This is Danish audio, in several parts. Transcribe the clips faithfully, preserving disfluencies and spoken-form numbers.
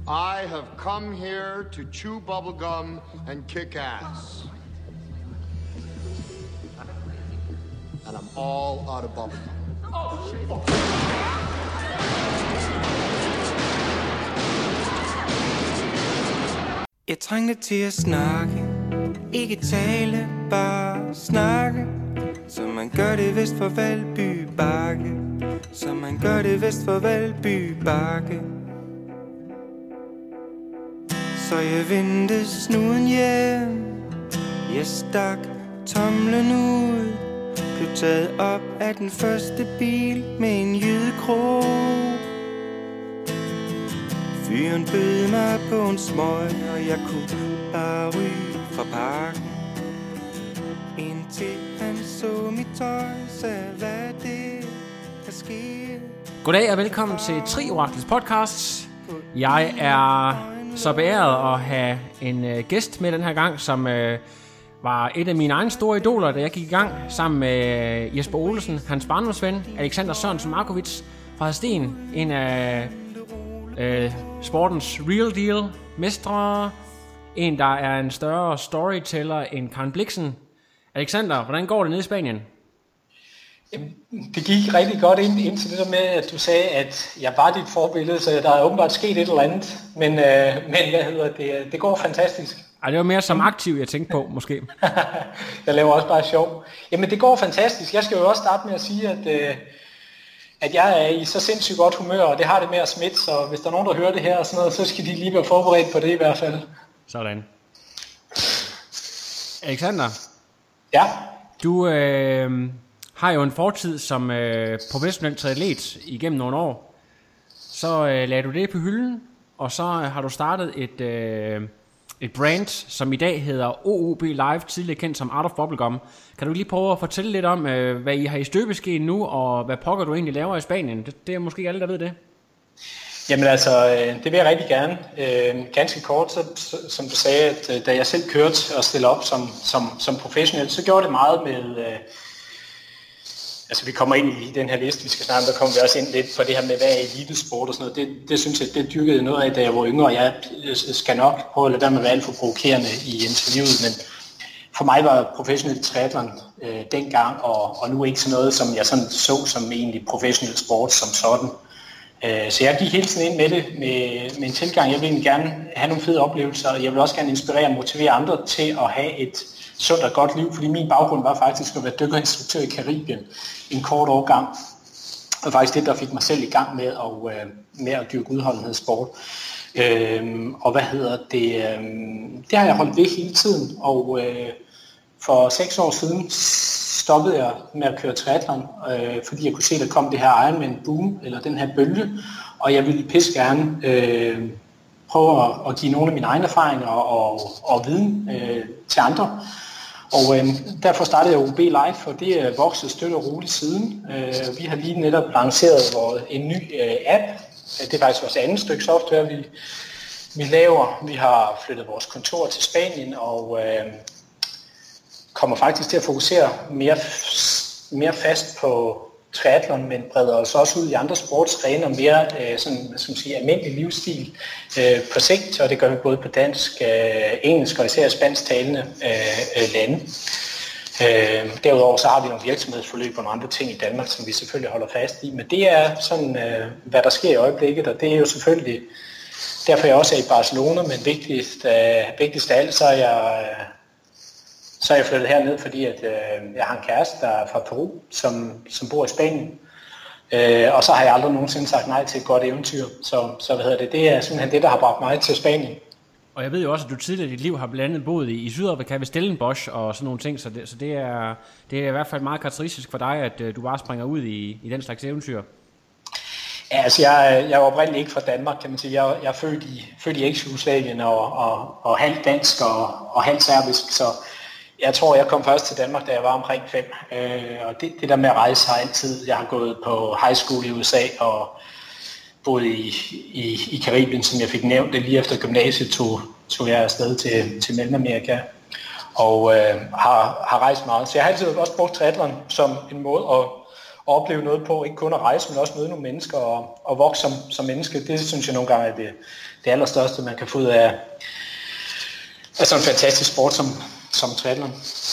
I have come here to chew bubblegum and kick ass. And I'm all out of bubblegum. Oh, shit. Jeg trængte til at snakke, ikke tale, bare snakke. Som man gør det vest for Valby Bakke. Som man gør det vest for Valby Bakke. Så jeg vendte snuden hjem. Jeg stak tomlen ud. Blev taget op af den første bil med en jydekrog. Fyren bød mig på en smøg, og jeg kunne bare ryge fra parken. Indtil han så mit tøj, sagde hvad det der skete. Goddag og velkommen til Trioraklets podcast. Jeg er så beæret at have en øh, gæst med den her gang, som øh, var et af mine egne store idoler, da jeg gik i gang sammen med øh, Jesper Olesen, hans barndomsven, Alexander Sørensen Markovic fra Hadsten, en af øh, sportens real deal mestre, en der er en større storyteller end Karen Blixen. Alexander, hvordan går det nede i Spanien? Det gik rigtig godt ind, indtil det der med, at du sagde, at jeg var dit forbillede, så der er åbenbart sket et eller andet. Men, øh, men hvad hedder det? Det går fantastisk. Ej, det var mere som aktiv, jeg tænkte på, måske. Jeg laver også bare sjov. Jamen, det går fantastisk. Jeg skal jo også starte med at sige, at, øh, at jeg er i så sindssygt godt humør, og det har det med at smitte, så hvis der er nogen, der hører det her og sådan noget, så skal de lige være forberedt på det i hvert fald. Sådan. Alexander? Ja? Du øh, har jo en fortid som øh, professionel triatlet igennem nogle år. Så øh, lagde du det på hylden, og så har du startet et, øh, et brand, som i dag hedder O O B Live, tidligere kendt som Art of Bubblegum. Kan du lige prøve at fortælle lidt om, øh, hvad I har i støbeskeen nu, og hvad pokker du egentlig laver i Spanien? Det, det er måske alle, der ved det. Jamen altså, det vil jeg rigtig gerne. Øh, ganske kort, så, som du sagde, at da jeg selv kørte og stillede op som, som, som professionel, så gjorde det meget med... Øh, altså vi kommer ind i den her liste, vi skal snakke, der kommer vi også ind lidt på det her med, hvad er elitesport og sådan noget. Det, det synes jeg, det dyrkede noget af, da jeg var yngre, og jeg skal nok prøve at lade være med at være alt for provokerende i interviewet, men for mig var professionel triathlon øh, dengang, og, og nu ikke sådan noget, som jeg sådan så som egentlig professionel sport som sådan. Så jeg gik hele tiden ind med det, med, med en tilgang. Jeg vil egentlig gerne have nogle fede oplevelser, og jeg vil også gerne inspirere og motivere andre til at have et sundt og godt liv, fordi min baggrund var faktisk at være dykkerinstruktør i Karibien en kort årgang. Og faktisk det, der fik mig selv i gang med at, med at dyrke udholdenhedssport. Og hvad hedder det? Det har jeg holdt ved hele tiden, og for seks år siden stoppede jeg med at køre triathlon, øh, fordi jeg kunne se, at der kom det her Ironman boom, eller den her bølge, og jeg ville pisse gerne øh, prøve at, at give nogle af mine egne erfaringer og, og, og viden øh, til andre. Og øh, derfor startede jeg O B Live, og det er vokset støtte og roligt siden. Øh, vi har lige netop lanceret vores, en ny øh, app. Det er faktisk vores andet stykke software, vi, vi laver. Vi har flyttet vores kontor til Spanien, og øh, kommer faktisk til at fokusere mere, mere fast på triathlon, men breder os også ud i andre sportsgrene og mere øh, sådan, som siger, almindelig livsstil øh, på sigt, og det gør vi både på dansk, øh, engelsk og især spansktalende øh, lande. Øh, derudover så har vi nogle virksomhedsforløb og nogle andre ting i Danmark, som vi selvfølgelig holder fast i, men det er sådan, øh, hvad der sker i øjeblikket, og det er jo selvfølgelig derfor jeg også er i Barcelona, men vigtigst, øh, vigtigst af alt, så er jeg øh, Så er jeg flyttet herned, fordi at, øh, jeg har en kæreste, der er fra Peru, som, som bor i Spanien. Øh, og så har jeg aldrig nogensinde sagt nej til et godt eventyr. Så, så hvad hedder det? Det er simpelthen det, der har bragt mig til Spanien. Og jeg ved jo også, at du tidligere i dit liv har blandt andet boet i, i Sydafrika ved Stellenbosch og sådan nogle ting. Så det, så det, er, det er i hvert fald meget karakteristisk for dig, at øh, du bare springer ud i, i den slags eventyr. Ja, altså jeg, jeg er oprindeligt ikke fra Danmark, kan man sige. Jeg, jeg er født i, født i eks-Jugoslavien og, og, og halvt dansk og, og halvt serbisk, så jeg tror, jeg kom først til Danmark, da jeg var omkring fem, øh, og det, det der med at rejse har altid, jeg har gået på high school i U S A og boet i, i, i Karibien, som jeg fik nævnt. Det lige efter gymnasiet tog, tog jeg afsted til, til Mellemamerika og øh, har, har rejst meget. Så jeg har altid også brugt triathlon som en måde at, opleve noget på, ikke kun at rejse, men også møde nogle mennesker og, og vokse som, som menneske. Det synes jeg nogle gange er det, det allerstørste, man kan få ud af, af sådan en fantastisk sport som, som triathlon.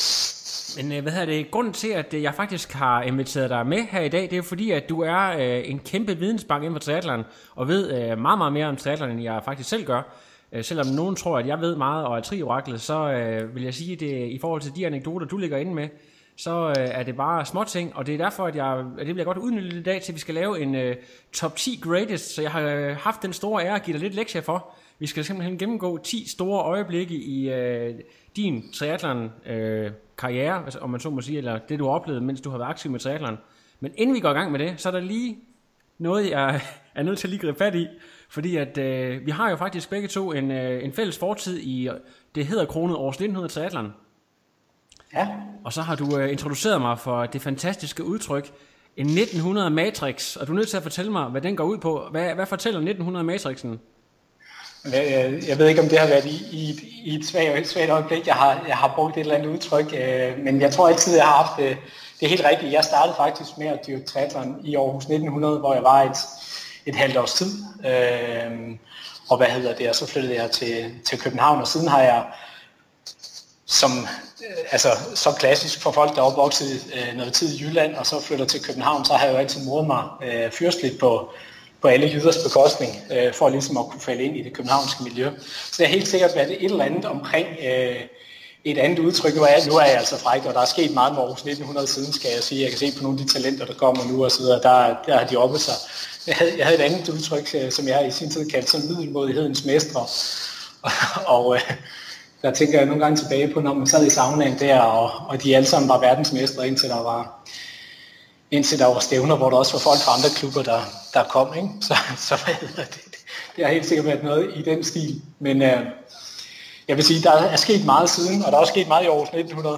Men hvad hedder det? Grunden til, at jeg faktisk har inviteret dig med her i dag, det er jo fordi, at du er øh, en kæmpe vidensbank inden for triathlon, og ved øh, meget, meget mere om triathlon, end jeg faktisk selv gør. Øh, selvom nogen tror, at jeg ved meget og er tri-oraklet, så øh, vil jeg sige, at det, i forhold til de anekdoter, du ligger inde med, så øh, er det bare småting, og det er derfor, at, jeg, at det vil jeg godt udnytte i dag til, at vi skal lave en øh, top ti greatest, så jeg har øh, haft den store ære at give dig lidt lektier for. Vi skal simpelthen gennemgå ti store øjeblikke i øh, din triathlon øh, karriere, om man så må sige, eller det du har oplevet, mens du har været aktiv med triathlon. Men inden vi går i gang med det, så er der lige noget, jeg er nødt til at lige gribe fat i, fordi at øh, vi har jo faktisk begge to en, øh, en fælles fortid i det hedder kronet års nitten hundrede triathlon. Ja. Og så har du øh, introduceret mig for det fantastiske udtryk, en nitten hundrede matrix, og du er nødt til at fortælle mig, hvad den går ud på. Hvad, hvad fortæller nitten hundrede matrixen? Jeg, jeg ved ikke, om det har været i, i, et, i et svagt, svagt øjeblik. Jeg har, jeg har brugt et eller andet udtryk, øh, men jeg tror altid, jeg har haft det, det er helt rigtigt. Jeg startede faktisk med at dyrke triathlon i Aarhus nitten hundrede, hvor jeg var et, et halvt års tid. Øh, og hvad hedder det? Og så flyttede jeg til, til København, og siden har jeg, som, altså, som klassisk for folk, der er opvokset øh, noget tid i Jylland, og så flytter til København, så har jeg jo altid modet mig øh, fyrstligt på på alle jyders bekostning, øh, for ligesom at kunne falde ind i det københavnske miljø. Så det er helt sikkert været et eller andet omkring øh, et andet udtryk. Nu er, jeg, nu er jeg altså fræk, og der er sket meget med Aarhus nitten hundrede siden, skal jeg sige. Jeg kan se på nogle af de talenter, der kommer nu og så videre, der, der har de oppe sig. Jeg havde, jeg havde et andet udtryk, som jeg i sin tid kaldte som middelmådighedens mestre. Og, og øh, der tænker jeg nogle gange tilbage på, når man sad i saunaen der, og, og de alle sammen var verdensmestre, indtil der var... indtil der var stævner, hvor der også var folk fra andre klubber, der, der kom, ikke? Så, så hvad hedder det? Det har helt sikkert været noget i den stil. Men øh, jeg vil sige, der er sket meget siden, og der er også sket meget i Aarhus nitten hundrede.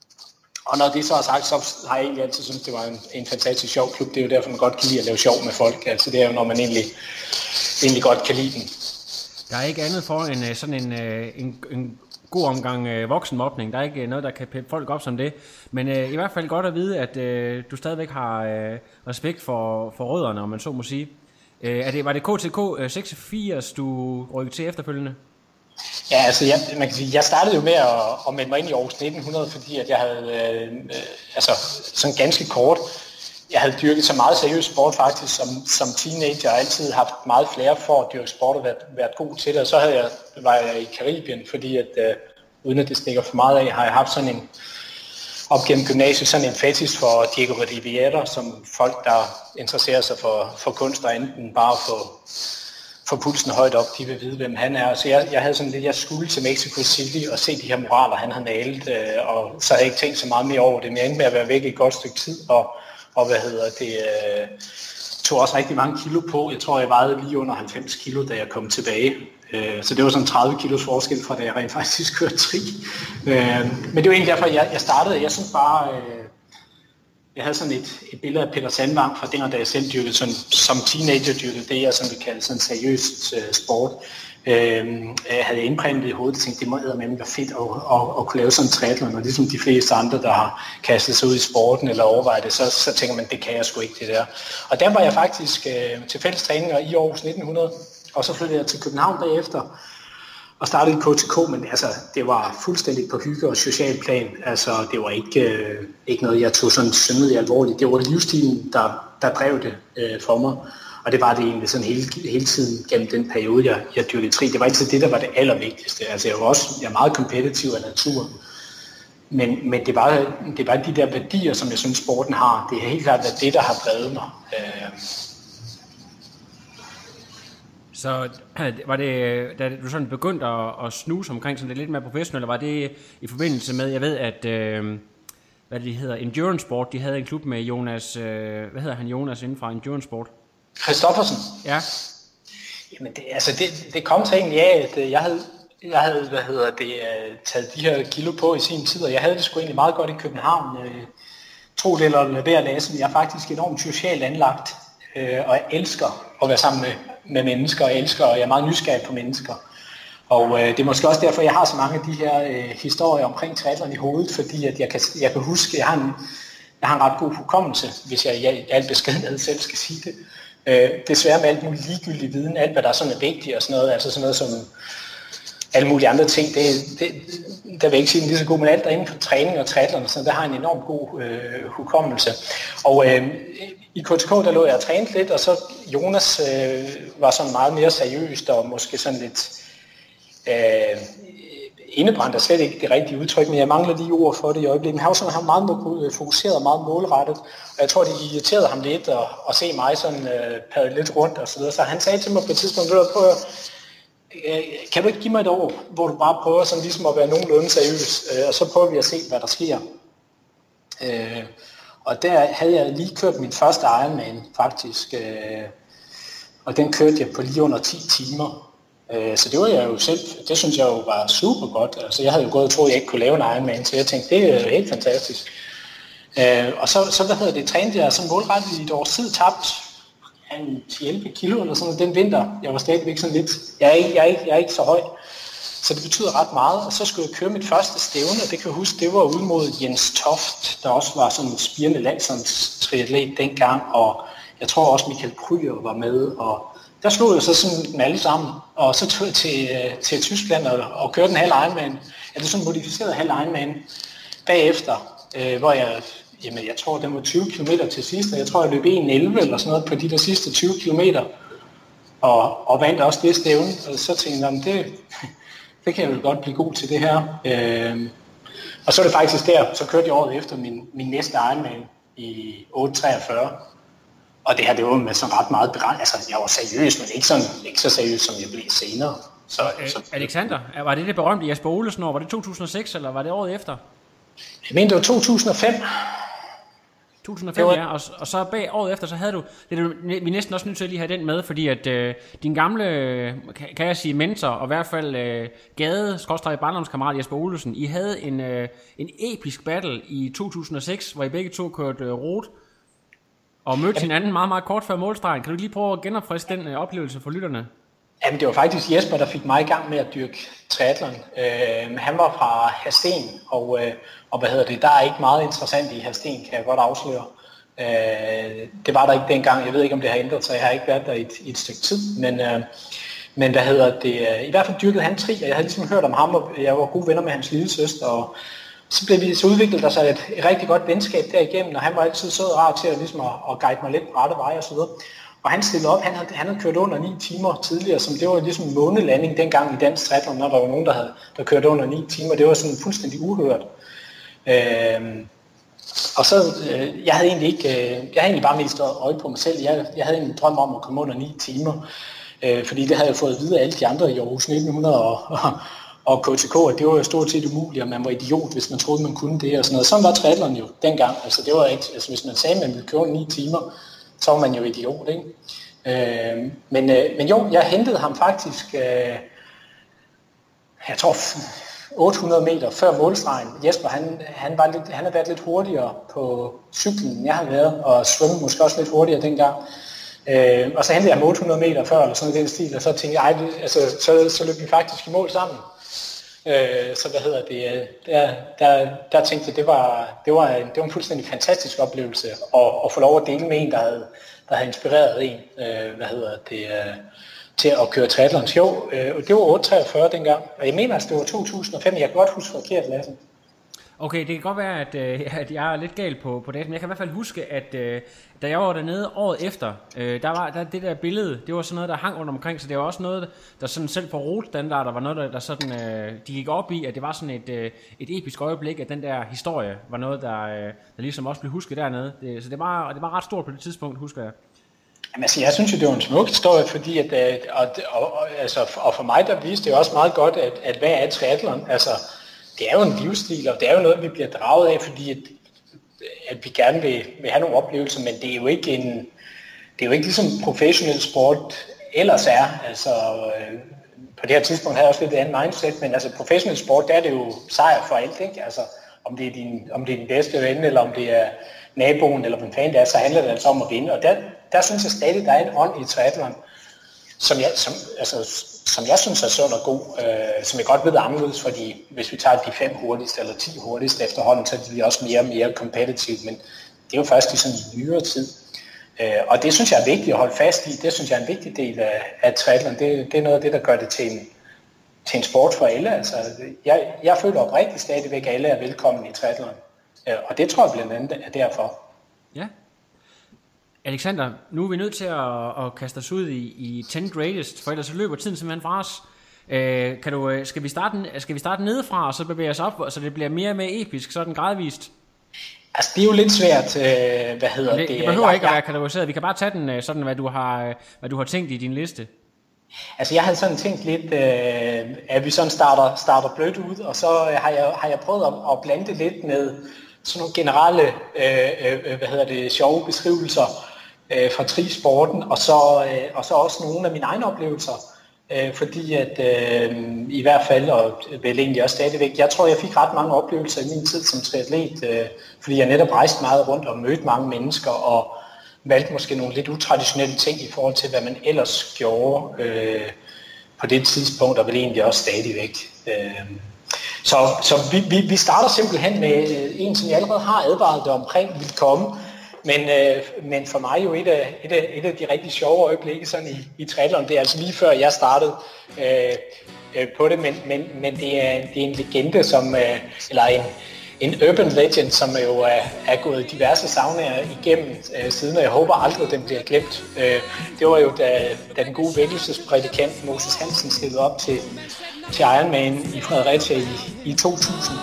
Og når det så er sagt, så har jeg egentlig altid syntes, det var en, en fantastisk sjov klub. Det er jo derfor, man godt kan lide at lave sjov med folk. Altså det er jo, når man egentlig, egentlig godt kan lide den. Der er ikke andet for en sådan en, en, en god omgang øh, voksenmobning. Der er ikke noget, der kan peppe folk op som det. Men øh, i hvert fald godt at vide, at øh, du stadigvæk har øh, respekt for, for rødderne, om man så må sige. Øh, er det, var det K T K seksogfirs, du rykkede til efterfølgende? Ja, altså jeg, man kan sige, jeg startede jo med at, at melde mig ind i Aarhus nitten hundrede, fordi at jeg havde, øh, altså sådan ganske kort, jeg havde dyrket så meget seriøs sport faktisk som, som teenager. Jeg har altid haft meget flere for at dyrke sport og været, været god til det. Og så havde jeg, var jeg i Karibien, fordi at, øh, uden at det stikker for meget af, har jeg haft sådan en, op gennem gymnasiet, sådan en fetish for Diego Rivera, som folk, der interesserer sig for, for kunst og enten bare for, for pulsen højt op, de vil vide, hvem han er. Så jeg, jeg havde sådan lidt, jeg skulle til Mexico City og se de her moraler, han havde malet, øh, og så havde jeg ikke tænkt så meget mere over det, men jeg endte med at være væk i et godt stykke tid, og Og hvad hedder det, øh, tog også rigtig mange kilo på. Jeg tror, jeg vejede lige under halvfems kilo, da jeg kom tilbage. Øh, så det var sådan tredive kilos forskel fra, da jeg rent faktisk kørte tri. Øh, men det var egentlig derfor, jeg, jeg startede. Jeg synes bare, øh, jeg havde sådan et, et billede af Peter Sandvang fra dengang, da jeg selv dyrkede sådan, som teenager dyrkede det, jeg sådan vil kalde sådan seriøst øh, sport. Øh, jeg havde indprintet i hovedet og tænkte, det må eddermame være fedt at, at, at kunne lave sådan en triathlon, og ligesom de fleste andre, der har kastet sig ud i sporten eller overvejet det, så, så tænker man, det kan jeg sgu ikke det der. Og der var jeg faktisk øh, til fælles træninger i Aarhus nitten hundrede, og så flyttede jeg til København bagefter og startede i K T K, men altså, det var fuldstændig på hygge og social plan. Altså, det var ikke, øh, ikke noget, jeg tog sådan synderligt alvorligt. Det var livsstilen, der, der drev det øh, for mig. Og det var det egentlig sådan hele, hele tiden gennem den periode, jeg, jeg dyrkede tri. Det var ikke det, der var det allervigtigste. Altså jeg var også jeg er meget kompetitiv af natur. Men, men det, var, det var de der værdier, som jeg synes, sporten har. Det er helt klart været det, der har drevet mig. Øh. Så var det, da du sådan begyndte at, at snuse omkring sådan det lidt mere professionelt, var det i forbindelse med, jeg ved, at øh, hvad det hedder, Endurance Sport, de havde en klub med Jonas, øh, hvad hedder han, Jonas inden fra Endurance Sport? Christoffersen? Ja. Jamen det, altså det, det kom så egentlig af, at jeg havde, jeg havde hvad hedder det, taget de her kilo på i sin tid, og jeg havde det sgu egentlig meget godt i København. Tro det eller lade være at læse, men jeg er faktisk enormt socialt anlagt, og jeg elsker at være sammen med, med mennesker, og jeg elsker, og jeg er meget nysgerrig på mennesker. Og øh, det er måske også derfor, jeg har så mange af de her øh, historier omkring triathlon i hovedet, fordi at jeg, kan, jeg kan huske, jeg har en jeg har en ret god hukommelse, hvis jeg i al beskedenhed selv skal sige det. Øh, desværre med alt muligt ligegyldig viden, alt hvad der sådan er vigtigt og sådan noget, altså sådan noget som alle mulige andre ting, det, det, der vil jeg ikke sige den lige så god, men alt der inden for træning og triathlon, så der har en enormt god øh, hukommelse. Og øh, i K T K, der lå jeg og trænede lidt, og så Jonas øh, var sådan meget mere seriøst og måske sådan lidt øh, indebrændt, er slet ikke det rigtige udtryk, men jeg mangler lige ord for det i øjeblikket. Men han var sådan han var meget fokuseret og meget målrettet, og jeg tror, det irriterede ham lidt at, at se mig sådan øh, padle lidt rundt og så videre. Så han sagde til mig på et tidspunkt, prøv at kan du ikke give mig et år, hvor du bare prøver sådan ligesom at være nogenlunde seriøs, øh, og så prøver vi at se, hvad der sker. Øh, og der havde jeg lige kørt min første Ironman faktisk, øh, og den kørte jeg på lige under ti timer. Øh, så det var jeg jo selv, det synes jeg jo var super godt. Altså jeg havde jo gået og troet, at jeg ikke kunne lave en Ironman, så jeg tænkte, det er jo helt fantastisk. Øh, og så, så hvad hedder det, trænede jeg sådan målrettet i et års tid, tabt en ti elleve kilo eller sådan noget den vinter. Jeg var stadigvæk sådan lidt, jeg er, ikke, jeg, er ikke, jeg er ikke så høj, så det betyder ret meget. Og så skulle jeg køre mit første stævne, og det kan jeg huske, det var ude mod Jens Toft, der også var sådan en spirende landsholdstriatlet dengang, og jeg tror også Michael Krüger var med, og der slog jeg så sådan med alle sammen, og så tog jeg til, til Tyskland og, og kørte en halv Ironman, altså sådan en modificeret halv Ironman bagefter, øh, hvor jeg Jamen, jeg tror, den var tyve kilometer til sidst, og jeg tror, jeg løb en elleve eller sådan noget på de der sidste tyve kilometer, og, og vandt også det stævne, og så tænkte jeg, det, det kan jeg jo godt blive god til det her. Øh, og så er det faktisk der, så kørte jeg året efter min, min næste Ironman i otte treogfyrre, og det her, det var med sådan ret meget beregnet, altså jeg var seriøs, men ikke, sådan, ikke så seriøs, som jeg blev senere. Så, øh, så, Alexander, var det det berømte Jesper Olesen år? Var det to tusind og seks, eller var det året efter? Jeg mener, det var to tusind og fem. to tusind og fem, var... ja, og, og så bag året efter, så havde du, det er du, vi er næsten også nødt til at lige have den med, fordi at øh, din gamle, kan, kan jeg sige mentor, og i hvert fald øh, gade, skråstreg barndomskammerat Jesper Olesen, I havde en, øh, en episk battle i to tusind og seks, hvor I begge to kørte øh, rot, og mødte Jamen... hinanden meget, meget kort før målstregen. Kan du lige prøve at genopfriske den øh, oplevelse for lytterne? Jamen, det var faktisk Jesper, der fik mig i gang med at dyrke triathlon. Øh, han var fra Hadsten, og, øh, og hvad hedder det, der er ikke meget interessant i Hadsten, kan jeg godt afsløre. Øh, det var der ikke dengang, jeg ved ikke, om det har ændret sig, jeg har ikke været der i et, i et stykke tid, men, øh, men hvad hedder det, øh, i hvert fald dyrkede han tri, og jeg havde ligesom hørt om ham, og jeg var gode venner med hans lille søster, og så, blev vi, så udviklede der sig et, et rigtig godt venskab derigennem, og han var altid sød og rar til at, ligesom at, at guide mig lidt på rette veje og så videre. Og han stillede op, han havde, han havde kørt under ni timer tidligere, som det var ligesom en månelanding dengang i dansk triathlon, når der var nogen, der havde der kørte under ni timer. Det var sådan fuldstændig uhørt. Øhm, og så, øh, jeg havde egentlig ikke, øh, jeg havde egentlig bare mest øje på mig selv. Jeg, jeg havde en drøm om at komme under ni timer, øh, fordi det havde jeg fået at vide af alle de andre i Aarhus nitten hundrede og, og, og K T K, at det var jo stort set umuligt, og man var idiot, hvis man troede, man kunne det og sådan noget. Sådan var triathlon jo dengang. Altså det var ikke, altså hvis man sagde, at man ville køre ni timer, så var man jo idiot, ikke? Øh, men, øh, men jo, jeg hentede ham faktisk, øh, jeg tror otte hundrede meter før målstregen. Jesper, han, han, var lidt, han havde været lidt hurtigere på cyklen, end jeg havde været, og svømme måske også lidt hurtigere dengang. Øh, og så hentede jeg ham otte hundrede meter før, eller sådan den stil, og så tænkte jeg, ej, altså, så, så løb vi faktisk i mål sammen. Øh, så hvad hedder det, der, der, der tænkte jeg, det var, det, var en, det var en fuldstændig fantastisk oplevelse at, at få lov at dele med en, der havde, der havde inspireret en, øh, hvad hedder det, øh, til at køre triathlon. Jo, øh, det var otte treogfyrre dengang, og jeg mener, at det var to tusind og fem, jeg kan godt huske forkert, Lasse. Okay, det kan godt være, at, øh, at jeg er lidt gal på, på det, men jeg kan i hvert fald huske, at øh, da jeg var dernede året efter, øh, der var der, det der billede, det var sådan noget, der hang rundt omkring, så det var også noget, der sådan selv på rotstandarder var noget, der, der sådan, øh, de gik op i, at det var sådan et, øh, et episk øjeblik, at den der historie var noget, der, øh, der ligesom også blev husket dernede. Det, så det var, det var ret stort på det tidspunkt, husker jeg. Jamen, altså, jeg synes jo, det var en smuk historie, fordi at, og, og, og, altså, og for mig, der viste det også meget godt, at, at hvad er triathlon? Altså, det er jo en livsstil, og det er jo noget, vi bliver draget af, fordi at, at vi gerne vil, vil have nogle oplevelser, men det er jo ikke en, det er jo ikke ligesom professionel sport ellers er. Altså, øh, på det her tidspunkt har jeg også lidt et andet mindset, men altså professionel sport, der er det jo sejr for alt, ikke? Altså, om det er din, om det er din bedste ven, eller om det er naboen, eller hvem fanden det er, så handler det altså om at vinde, og der, der synes jeg stadig, der er en ånd i triathlon, som jeg, som, altså, som jeg synes er sund og god, øh, som jeg godt ved er anderledes, fordi hvis vi tager de fem hurtigste eller ti hurtigste efterhånden, så er de også mere og mere competitive, men, det er jo først i sådan en nyere tid. Øh, og det synes jeg er vigtigt at holde fast i. Det synes jeg er en vigtig del af, af triathlon. Det, det er noget af det, der gør det til en, til en sport for alle. Altså, jeg, jeg føler oprigtigt stadigvæk, at alle er velkommen i triathlon. Øh, og det tror jeg blandt andet er derfor. Ja. Alexander, nu er vi nødt til at, at kaste os ud i, i ti greatest, for ellers så løber tiden simpelthen fra os. Øh, kan du, skal, vi starte, skal vi starte nedefra, og så bevæge os op, så det bliver mere og mere episk, sådan gradvist? Altså, det er jo lidt svært, øh, hvad hedder det? Det, det behøver jeg, ikke at være kategoriseret. Vi kan bare tage den, sådan hvad du har, hvad du har tænkt i din liste. Altså, jeg havde sådan tænkt lidt, øh, at vi sådan starter, starter blødt ud, og så har jeg, har jeg prøvet at, at blande det lidt med sådan nogle generelle, øh, øh, hvad hedder det, sjove beskrivelser øh, fra trisporten, og så, øh, og så også nogle af mine egne oplevelser. Øh, fordi at øh, i hvert fald, og vel egentlig også stadigvæk, jeg tror jeg fik ret mange oplevelser i min tid som triatlet, øh, fordi jeg netop rejste meget rundt og mødte mange mennesker, og valgte måske nogle lidt utraditionelle ting i forhold til, hvad man ellers gjorde øh, på det tidspunkt, og vel egentlig også stadigvæk. Øh, så så vi, vi, vi starter simpelthen med en, som jeg allerede har advaret det omkring, vil komme. Men, øh, men for mig jo et af, et, af, et af de rigtig sjove øjeblikke sådan i, i triathlon, det er altså lige før jeg startede øh, øh, på det, men, men, men det, er, det er en legende, som, øh, eller en, en urban legend, som jo er, er gået diverse saunaer igennem øh, siden, og jeg håber aldrig, den bliver glemt. Øh, det var jo, da, da den gode vækkelsesprædikant Moses Hansen stillede op til, til Ironman i Fredericia i, i to tusind.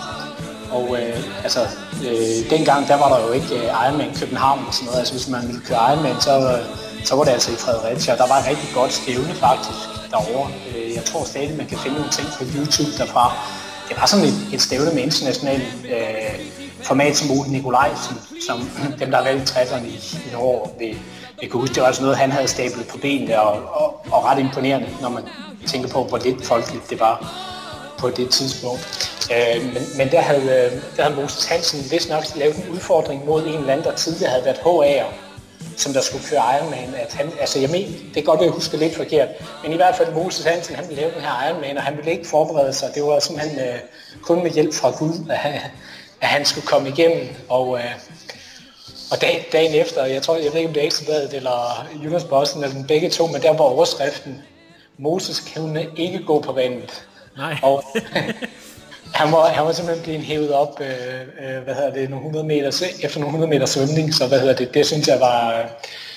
Og øh, altså, øh, dengang, der var der jo ikke øh, Ironman København og sådan noget. Altså, hvis man ville køre Ironman, så, øh, så var det altså i Fredericia. Og der var et rigtig godt stævne faktisk derovre. Øh, jeg tror stadig, man kan finde nogle ting på YouTube derfra. Det var sådan et, et stævne med internationalt øh, format som Ole Nikolaj, som, som dem, der har været i triathlon i, i år, vil, vil kunne huske. Det var altså noget, han havde stablet på benene, og, og, og ret imponerende, når man tænker på, hvor lidt folkeligt det var på det tidspunkt. Øh, men, men der havde, der havde Moses Hansen vist nok lavet en udfordring mod en eller anden, der tidligere havde været H A'er, som der skulle køre Ironman. At han, altså jeg mener, det er godt, at jeg husker lidt forkert, men i hvert fald Moses Hansen, han ville lave den her Ironman, og han ville ikke forberede sig. Det var simpelthen øh, kun med hjælp fra Gud, at han, at han skulle komme igennem. Og, øh, og dag, dagen efter, jeg tror, jeg ved ikke, om det er Ekstrabladet eller Jyllands-Posten eller begge to, men der var overskriften: Moses kunne ikke gå på vandet. Nej. Og han var, han var simpelthen blevet hævet op, øh, øh, hvad hedder det, nogle hundrede meter, efter nogle hundrede meter svømning, så hvad hedder det, det synes jeg var, øh,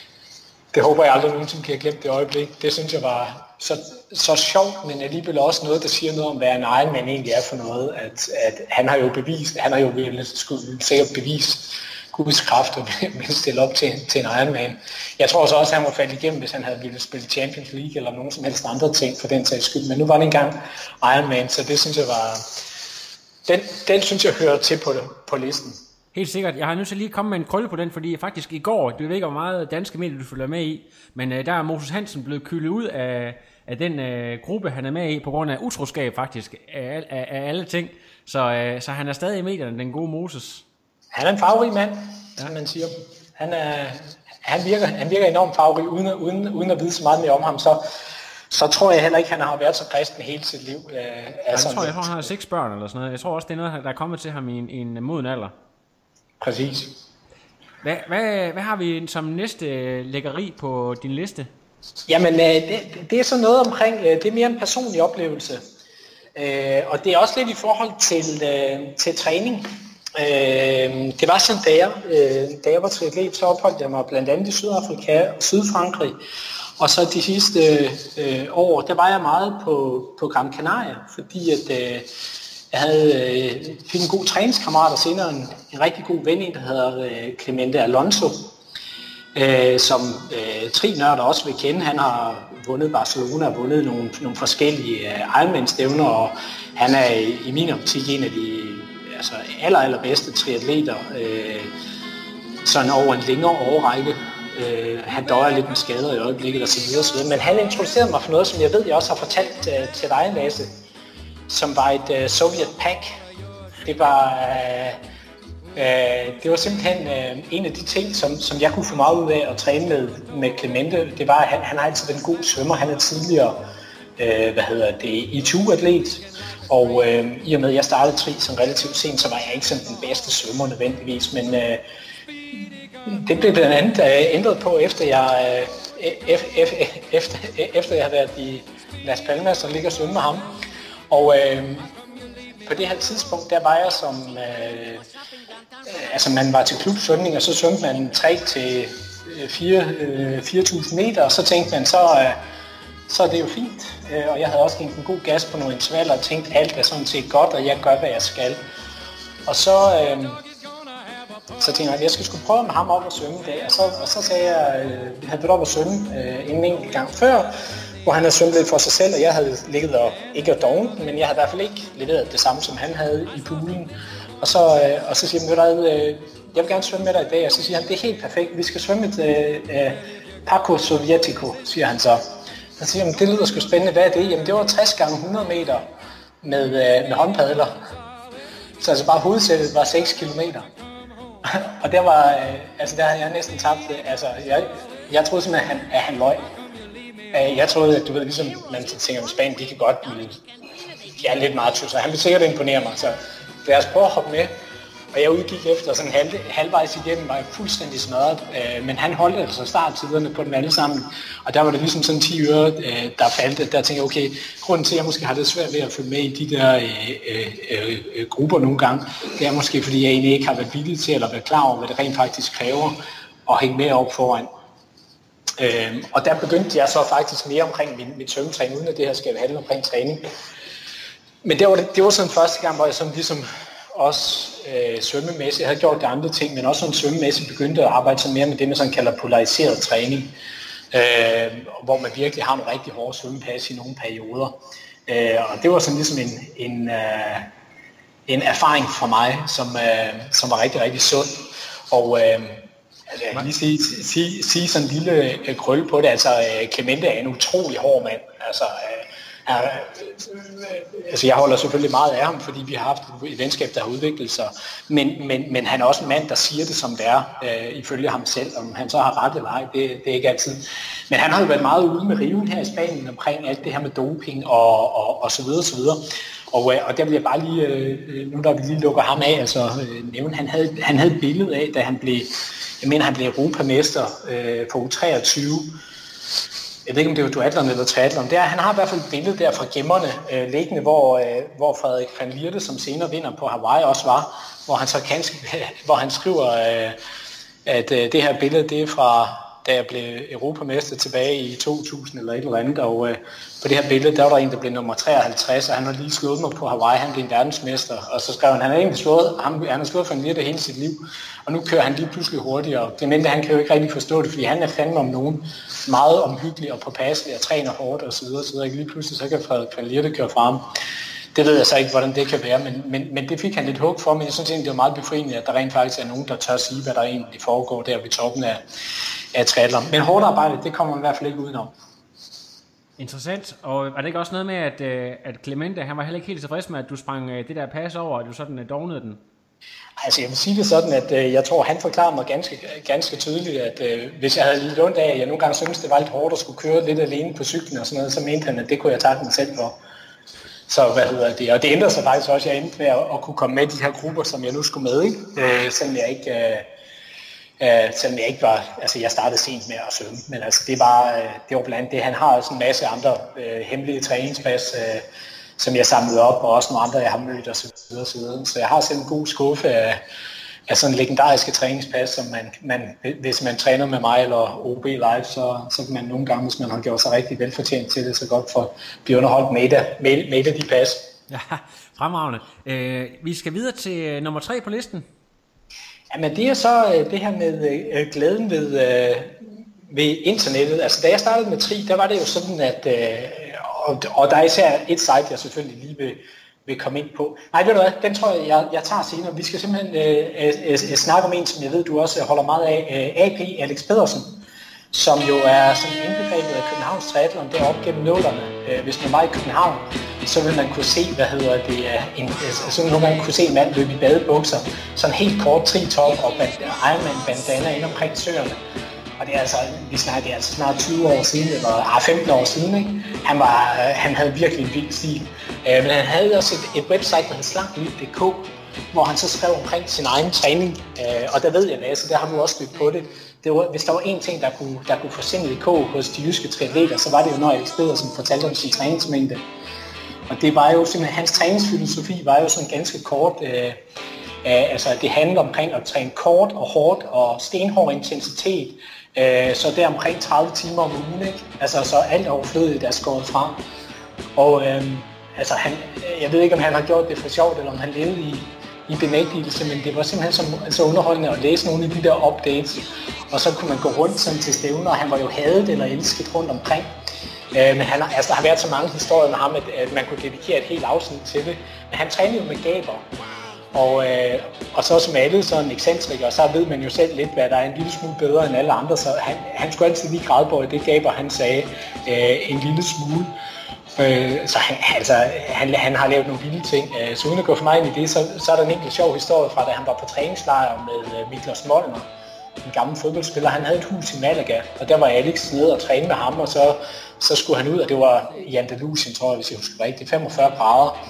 det håber jeg aldrig nogensinde kan have glemt det øjeblik. Det synes jeg var så, så sjovt, men alligevel også noget, der siger noget om, hvad en Ironman egentlig er for noget, at, at han har jo bevist, han har jo skulle sikkert bevist Guds kraft og ville stille op til, til en Ironman. Jeg tror så også, at han var faldet igennem, hvis han havde ville spille Champions League eller nogen som helst andre ting for den sags skyld. Men nu var det engang Ironman, så det synes jeg var, den, den synes jeg hører til på, på listen. Helt sikkert. Jeg har nødt til lige komme med en krølle på den, fordi faktisk i går, du ved ikke, hvor meget danske medier du følger med i, men øh, der er Moses Hansen blevet kylet ud af, af den øh, gruppe, han er med i, på grund af utroskab faktisk, af, af, af alle ting. Så, øh, så han er stadig i medierne, den gode Moses. Han er en farverig mand, som ja. man siger. Han, er, han, virker, han virker enormt farverig, uden, uden, uden at vide så meget mere om ham, så, så tror jeg heller ikke, han har været så kristen hele sit liv. Øh, altså, jeg, tror, jeg tror, han har seks børn eller sådan noget. Jeg tror også, det er noget, der er kommet til ham i en, en moden alder. Præcis. Hvad, hvad, hvad har vi som næste lækkeri på din liste? Jamen, det, det er sådan noget omkring, det er mere en personlig oplevelse. Og det er også lidt i forhold til, til træning. Det var sådan, da jeg, da jeg var triatlet, så opholdt jeg mig blandt andet i Sydafrika og Sydfrankrig. Og så de sidste øh, år, der var jeg meget på, på Gran Canaria, fordi at, øh, jeg havde øh, fik en god træningskammerat og senere en, en rigtig god ven, en, der hedder øh, Clemente Alonso, øh, som øh, tri-nørder også vil kende. Han har vundet Barcelona og vundet nogle, nogle forskellige øh, Ironman-stævner, og han er i min optik en af de altså, aller, allerbedste triatleter, øh, sådan over en længere årrække. Uh, han døjer lidt med skader i øjeblikket og så videre, så videre. Men han introducerede mig for noget, som jeg ved, jeg også har fortalt uh, til dig, Lasse, som var et uh, Soviet pack. Det var, uh, uh, det var simpelthen uh, en af de ting, som, som jeg kunne få meget ud af at træne med, med Clemente. Det var, at han, han har altid været en god svømmer. Han er tidligere uh, hvad hedder det, I to atlet. Og uh, i og med, at jeg startede tri som relativt sent, så var jeg ikke sådan den bedste svømmer nødvendigvis, men uh, Det blev blandt andet uh, ændret på, efter jeg, uh, efter, efter, efter jeg havde været i Las Palmas og ligge og svømme med ham. Og uh, på det her tidspunkt, der var jeg som, uh, uh, altså man var til klubsvømning, og så svømte man tre til fire tusind meter, og så tænkte man, så, uh, så er det jo fint. Uh, og jeg havde også givet en god gas på nogle intervaller og tænkte, alt er sådan set godt, og jeg gør, hvad jeg skal. Og så... Uh, Så tænkte jeg, at jeg skulle sgu prøve med ham op at svømme i dag, og så, og så sagde jeg, at jeg havde været op at svømme øh, en enkelt gang før, hvor han havde svømmet lidt for sig selv, og jeg havde ligget og ikke dovent, men jeg havde i hvert fald ikke leveret det samme, som han havde i poolen. Og så, øh, og så siger han, øh, jeg vil gerne svømme med dig i dag, og så siger han, det er helt perfekt, vi skal svømme et øh, Parco Sovietico, siger han så. Så siger han, det lyder sgu spændende, hvad er det? Jamen det var tres gange hundrede meter med, øh, med håndpadler, så altså bare hovedsættet var seks kilometer. Og der var, øh, altså der havde jeg næsten tabt det. Altså, jeg, jeg troede simpelthen, at han, at han løg. Jeg troede, at du ved, ligesom man tænker om Spanien, de kan godt blive, de er lidt meget så han vil sikkert imponere mig. Så lad os prøve at hoppe med. Og jeg udgik efter sådan halv, halvvejs igennem, var jeg fuldstændig smadret. Øh, men han holdt altså starttiderne på dem alle sammen. Og der var det ligesom sådan ti øre, øh, der faldt. Der tænkte jeg, okay, grunden til, at jeg måske har det svært ved at følge med i de der øh, øh, øh, grupper nogle gange, det er måske, fordi jeg egentlig ikke har været villig til, eller været klar over, hvad det rent faktisk kræver at hænge med op foran. Øh, og der begyndte jeg så faktisk mere omkring min, mit svømmetræning, uden at det her skal handle omkring træning. Men det var, det, det var sådan første gang, hvor jeg sådan ligesom også øh, svømmemæssigt, jeg havde gjort de andre ting, men også sådan svømmemæssigt begyndte at arbejde så mere med det, man sådan kalder polariseret træning, øh, hvor man virkelig har nogle rigtig hårde svømmepas i nogle perioder. Øh, og det var sådan ligesom en, en, øh, en erfaring for mig, som, øh, som var rigtig, rigtig sund. Og øh, altså, jeg kan lige sige, sige, sige sådan en lille øh, krølle på det, altså øh, Clemente er en utrolig hård mand, altså øh, er, øh, altså jeg holder selvfølgelig meget af ham, fordi vi har haft et venskab, der har udviklet sig, men, men, men han er også en mand, der siger det som det er, øh, ifølge ham selv. Om han så har ret eller ej, det, det er ikke altid. Men han har jo været meget ude med riven her i Spanien omkring alt det her med doping og, og, og så videre, så videre. Og, og der vil jeg bare lige, øh, nu der vi lige lukker ham af, altså øh, nævne, han havde, han havde et billede af, da han blev, jeg mener han blev europamester øh, på U treogtyve. Jeg ved ikke, om det var duatlon eller triatlon. Der, han har i hvert fald et billede der fra gemmerne øh, liggende, hvor, øh, hvor Frederik van Lierde, som senere vinder på Hawaii, også var, hvor han, så kan, hvor han skriver, øh, at øh, det her billede, det er fra, da jeg blev europamester tilbage i to tusind eller et eller andet, og øh, på det her billede, der var der en, der blev nummer treoghalvtreds, og han har lige slået mig på Hawaii, han blev en verdensmester, og så skrev han, han har egentlig slået, han, han har slået Van Lierde hele sit liv, og nu kører han lige pludselig hurtigere. Clemente, han kan jo ikke rigtig forstå det, fordi han er fandme om nogen meget omhyggelig og påpasselig og træner hårdt og så videre, så lige pludselig så kan Frederik Van Lierde køre frem. Det ved jeg så ikke, hvordan det kan være, men, men, men det fik han lidt hug for, men jeg synes egentlig, det var meget befriende, at der rent faktisk er nogen, der tør sige, hvad der egentlig foregår der ved toppen af, af triathlon. Men hårdt arbejde, det kommer man i hvert fald ikke udenom. Interessant. Og var det ikke også noget med, at, at Clemente, han var heller ikke helt tilfreds med, at du sprang det der pas over, at du sådan dognede den? Altså jeg vil sige det sådan, at øh, jeg tror, han forklarede mig ganske, ganske tydeligt, at øh, hvis jeg havde lidt ondt af, at jeg nogle gange syntes, det var lidt hårdt at skulle køre lidt alene på cyklen og sådan noget, så mente han, at det kunne jeg takke mig selv for. Så hvad hedder det? Og det ændrede sig faktisk også, at jeg endte med at, at kunne komme med i de her grupper, som jeg nu skulle med, ikke? Øh, selvom jeg ikke... Øh, Uh, selvom jeg ikke var, altså jeg startede sent med at svømme, men altså det var, uh, det var blandt andet det, han har også en masse andre uh, hemmelige træningspas, uh, som jeg samlede op, og også nogle andre, jeg har mødt og så videre, så videre. Så jeg har selv en god skuffe af, af sådan legendariske træningspas, som man, man, hvis man træner med mig eller O B Live, så, så kan man nogle gange, hvis man har gjort sig rigtig velfortjent til det, så godt for at blive underholdt med et, med, med et af de pas. Ja, fremragende. Uh, vi skal videre til nummer tre på listen. Jamen det er så det her med øh, glæden ved, øh, ved internettet. Altså da jeg startede med Tri, der var det jo sådan, at, øh, og, og der er især et site, jeg selvfølgelig lige vil, vil komme ind på. Nej, ved du hvad, den tror jeg, jeg, jeg tager senere. Vi skal simpelthen øh, øh, øh, snakke om en, som jeg ved, du også holder meget af, øh, A P Alex Pedersen, som jo er sådan indbegrebet af Københavns triathlon deroppe gennem nullerne. Øh, hvis man var i København, så vil man kunne se, hvad hedder det, en, så nogle gange kunne se en mand løbe i badebukser, sådan helt kort tri-top og Ironman bandana ind omkring søerne. Og det er altså, vi snakker, det er altså snart tyve år siden, eller femten år siden, ikke? Han, var, han havde virkelig en vild stil. Men han havde også et, et website, der hed slankliv punktum d k, hvor han så skrev omkring sin egen træning. Øh, og der ved jeg, Lasse, der har du også stødt på det. Det var, hvis der var en ting, der kunne, der kunne få sindet i kog hos de jyske triatleter, så var det jo, når Alex Pedersen fortalte om sin træningsmængde. Og det var jo simpelthen, hans træningsfilosofi var jo sådan ganske kort. Øh, øh, altså det handler omkring at træne kort og hårdt og stenhård intensitet. Øh, så det er omkring tredive timer om ugen, ikke? Altså så alt overflødigt, der er skåret fra. Og øh, altså han, jeg ved ikke, om han har gjort det for sjovt, eller om han levede i, i benægtelse, men det var simpelthen så, så underholdende at læse nogle af de der updates. Og så kunne man gå rundt sådan til stævner, og han var jo hadet eller elsket rundt omkring. Øh, men han har, altså, der har været så mange historier med ham, at, at man kunne dedikere et helt afsnit til det. Men han trænede jo med gaber. Og, øh, og så som alle sådan ekscentriker, så ved man jo selv lidt, hvad der er en lille smule bedre end alle andre. Så han, han skulle altid lige gradbøje det gaber, han sagde, øh, en lille smule. Øh, så han, altså, han, han har lavet nogle vilde ting. Øh, så uden at gå for meget ind i det, så, så er der en enkelt sjov historie fra, da han var på træningslejr med øh, Miklos Molnar, en gammel fodboldspiller. Han havde et hus i Malaga, og der var Alex nede og træne med ham, og så, så skulle han ud, og det var i Andalusien, tror jeg, hvis jeg husker rigtigt, femogfyrre grader.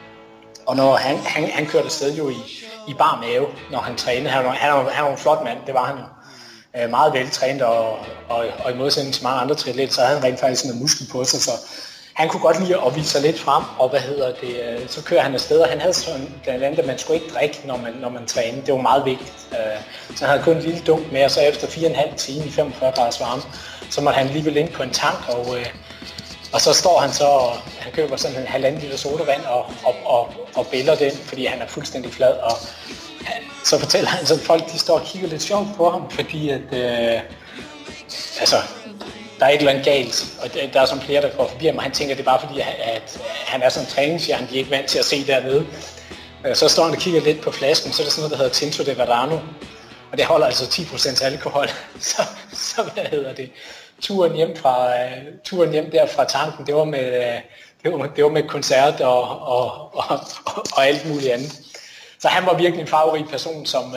Og når han, han, han kørte afsted jo i, i bar mave, når han trænede. Han var, han var, han var en flot mand, det var han jo. Øh, meget veltrænet, og, og, og i modsætning til mange andre triatleter, så havde han rent faktisk noget muskel på sig, så han kunne godt lide at vise sig lidt frem, og hvad hedder det, så kører han afsted, og han havde sådan blandt andet, at man skulle ikke drikke, når man, når man trænede. Det var meget vigtigt. Så han havde kun en lille dunk med, og så efter fire og en halv time i femogfyrre graders varme, så måtte han alligevel ind på en tank, og, og så står han så, og han køber sådan en halvanden liter sodavand og, og, og, og biller den, fordi han er fuldstændig flad, og så fortæller han så, at folk de står og kigger lidt sjovt på ham, fordi at, øh, altså, der er et eller andet galt, og der er sådan flere, der går forbi ham, og han tænker, det er bare fordi, at han er sådan en træningshjerne, de er ikke vant til at se dernede. Så står han og kigger lidt på flasken, så er der sådan noget, der hedder Tinto de Verano, og det holder altså ti procent alkohol. Så, så hvad hedder det? Turen hjem, fra, turen hjem der fra tanken, det var med, det var, det var med koncert og, og, og, og, og alt muligt andet. Så han var virkelig en farverig person, som...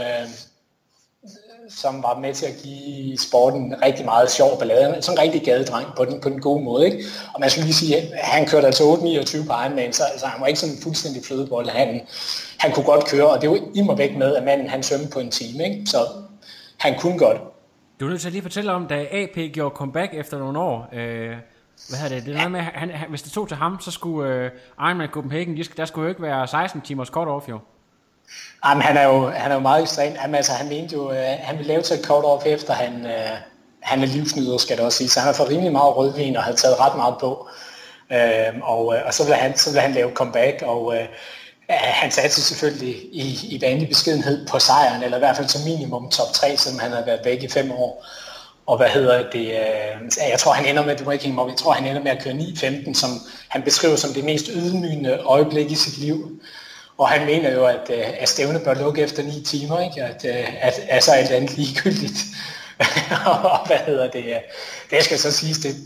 som var med til at give sporten rigtig meget sjov ballade. Sådan en rigtig gadedreng på den, på den gode måde, ikke? Og man skal lige sige, at han kørte altså otte niogtyve på Ironman, så altså, han var ikke sådan en fuldstændig flødebold. Han, han kunne godt køre, og det var immer væk med, at manden han svømmede på en time, ikke? Så han kunne godt. Du er nødt til at lige fortælle om, da A P gjorde comeback efter nogle år. Øh, hvad hedder det? Det er noget med, han, han, hvis det tog til ham, så skulle øh, Ironman Copenhagen, der skulle jo ikke være seksten timers cut-off, jo. Jamen, han er jo, han er jo meget ekstrem. Jamen, altså, han mente jo, at han ville lave til et cut-off efter han, øh, han er livsnyder, skal det også sige. Så han har fået rimelig meget rødvin og havde taget ret meget på. Øh, og, og så ville han, så ville han lave comeback, og øh, han satte sig selvfølgelig i, i vanlig beskedenhed på sejren, eller i hvert fald som minimum top tre, selvom han havde været væk i fem år. Og hvad hedder det, øh, jeg tror han ender med, du må ikke hænge mig op, jeg tror han ender med at køre ni femten, som han beskriver som det mest ydmygende øjeblik i sit liv. Og han mener jo, at, at stævne bør lukke efter ni timer, ikke? At, at, at så er alt andet ligegyldigt. Og hvad hedder det? Det skal så siges, det,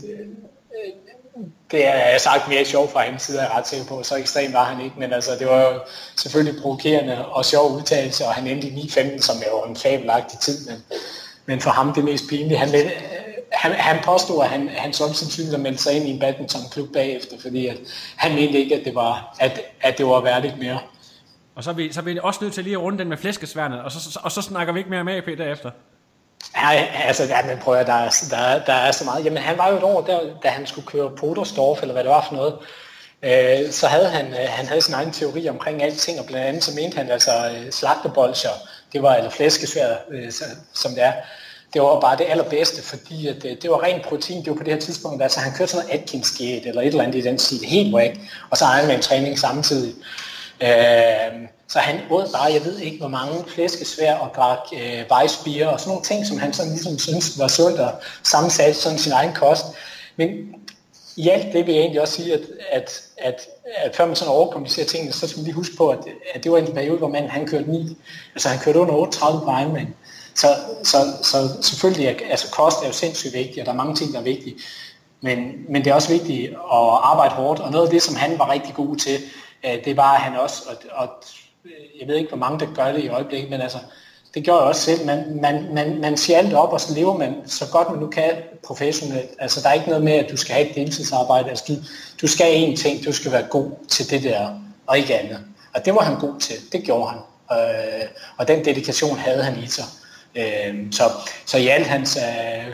det er sagt mere sjovt fra hans side, er jeg ret sikker på. Så ekstrem var han ikke, men altså, det var jo selvfølgelig provokerende og sjov udtalelse, og han endte i ni femten, som er jo en fabelagtig tid. Men, men for ham det mest pinlige. Han, han, han påstod, at han, han så sandsynligt at melde sig ind i en badmintonklub bagefter, fordi at han mente ikke, at det var, at, at det var værdigt mere. Og så er, vi, så er vi også nødt til lige at runde den med flæskesværnet, og så, og så snakker vi ikke mere med A P derefter. Ja, altså, ja, men prøv at der er, der, der er så meget. Jamen, han var jo et år, der, da han skulle køre Podersdorf, eller hvad det var for noget. Øh, så havde han, han havde sin egen teori omkring alting, og blandt andet så mente han altså slagtebolcher, det var, eller flæskesvær, øh, som det er. Det var bare det allerbedste, fordi at, det var rent protein. Det var på det her tidspunkt, altså han kørte sådan noget Atkins-diæt, eller et eller andet i den stil, helt væk, og så egen med en træning samtidig. Øh, så han åd bare, jeg ved ikke hvor mange flæskesvær og drak øh, Weissbier og sådan nogle ting, som han sådan ligesom synes var sundt og sammensat sådan sin egen kost. Men i alt det vil jeg egentlig også sige, at, at, at, at før man sådan overkomplicerer tingene, så skal man lige huske på, at, at det var en periode, hvor manden han kørte ni, altså han kørte under otteogtredive på Ironman. Så, så, så selvfølgelig, er, altså kost er jo sindssygt vigtigt, og der er mange ting, der er vigtige. Men, men det er også vigtigt at arbejde hårdt, og noget af det, som han var rigtig god til, det var han også, og, og jeg ved ikke, hvor mange der gør det i øjeblikket, men altså, det gør jeg også selv. Man, man, man, man siger alt op, og så lever man så godt, man nu kan professionelt. Altså, der er ikke noget med, at du skal have et deltidsarbejde. Altså, du, du skal én ting, du skal være god til det der, og ikke andet. Og det var han god til. Det gjorde han. øh, og den dedikation havde han i sig. Øh, så, så i alt hans, øh,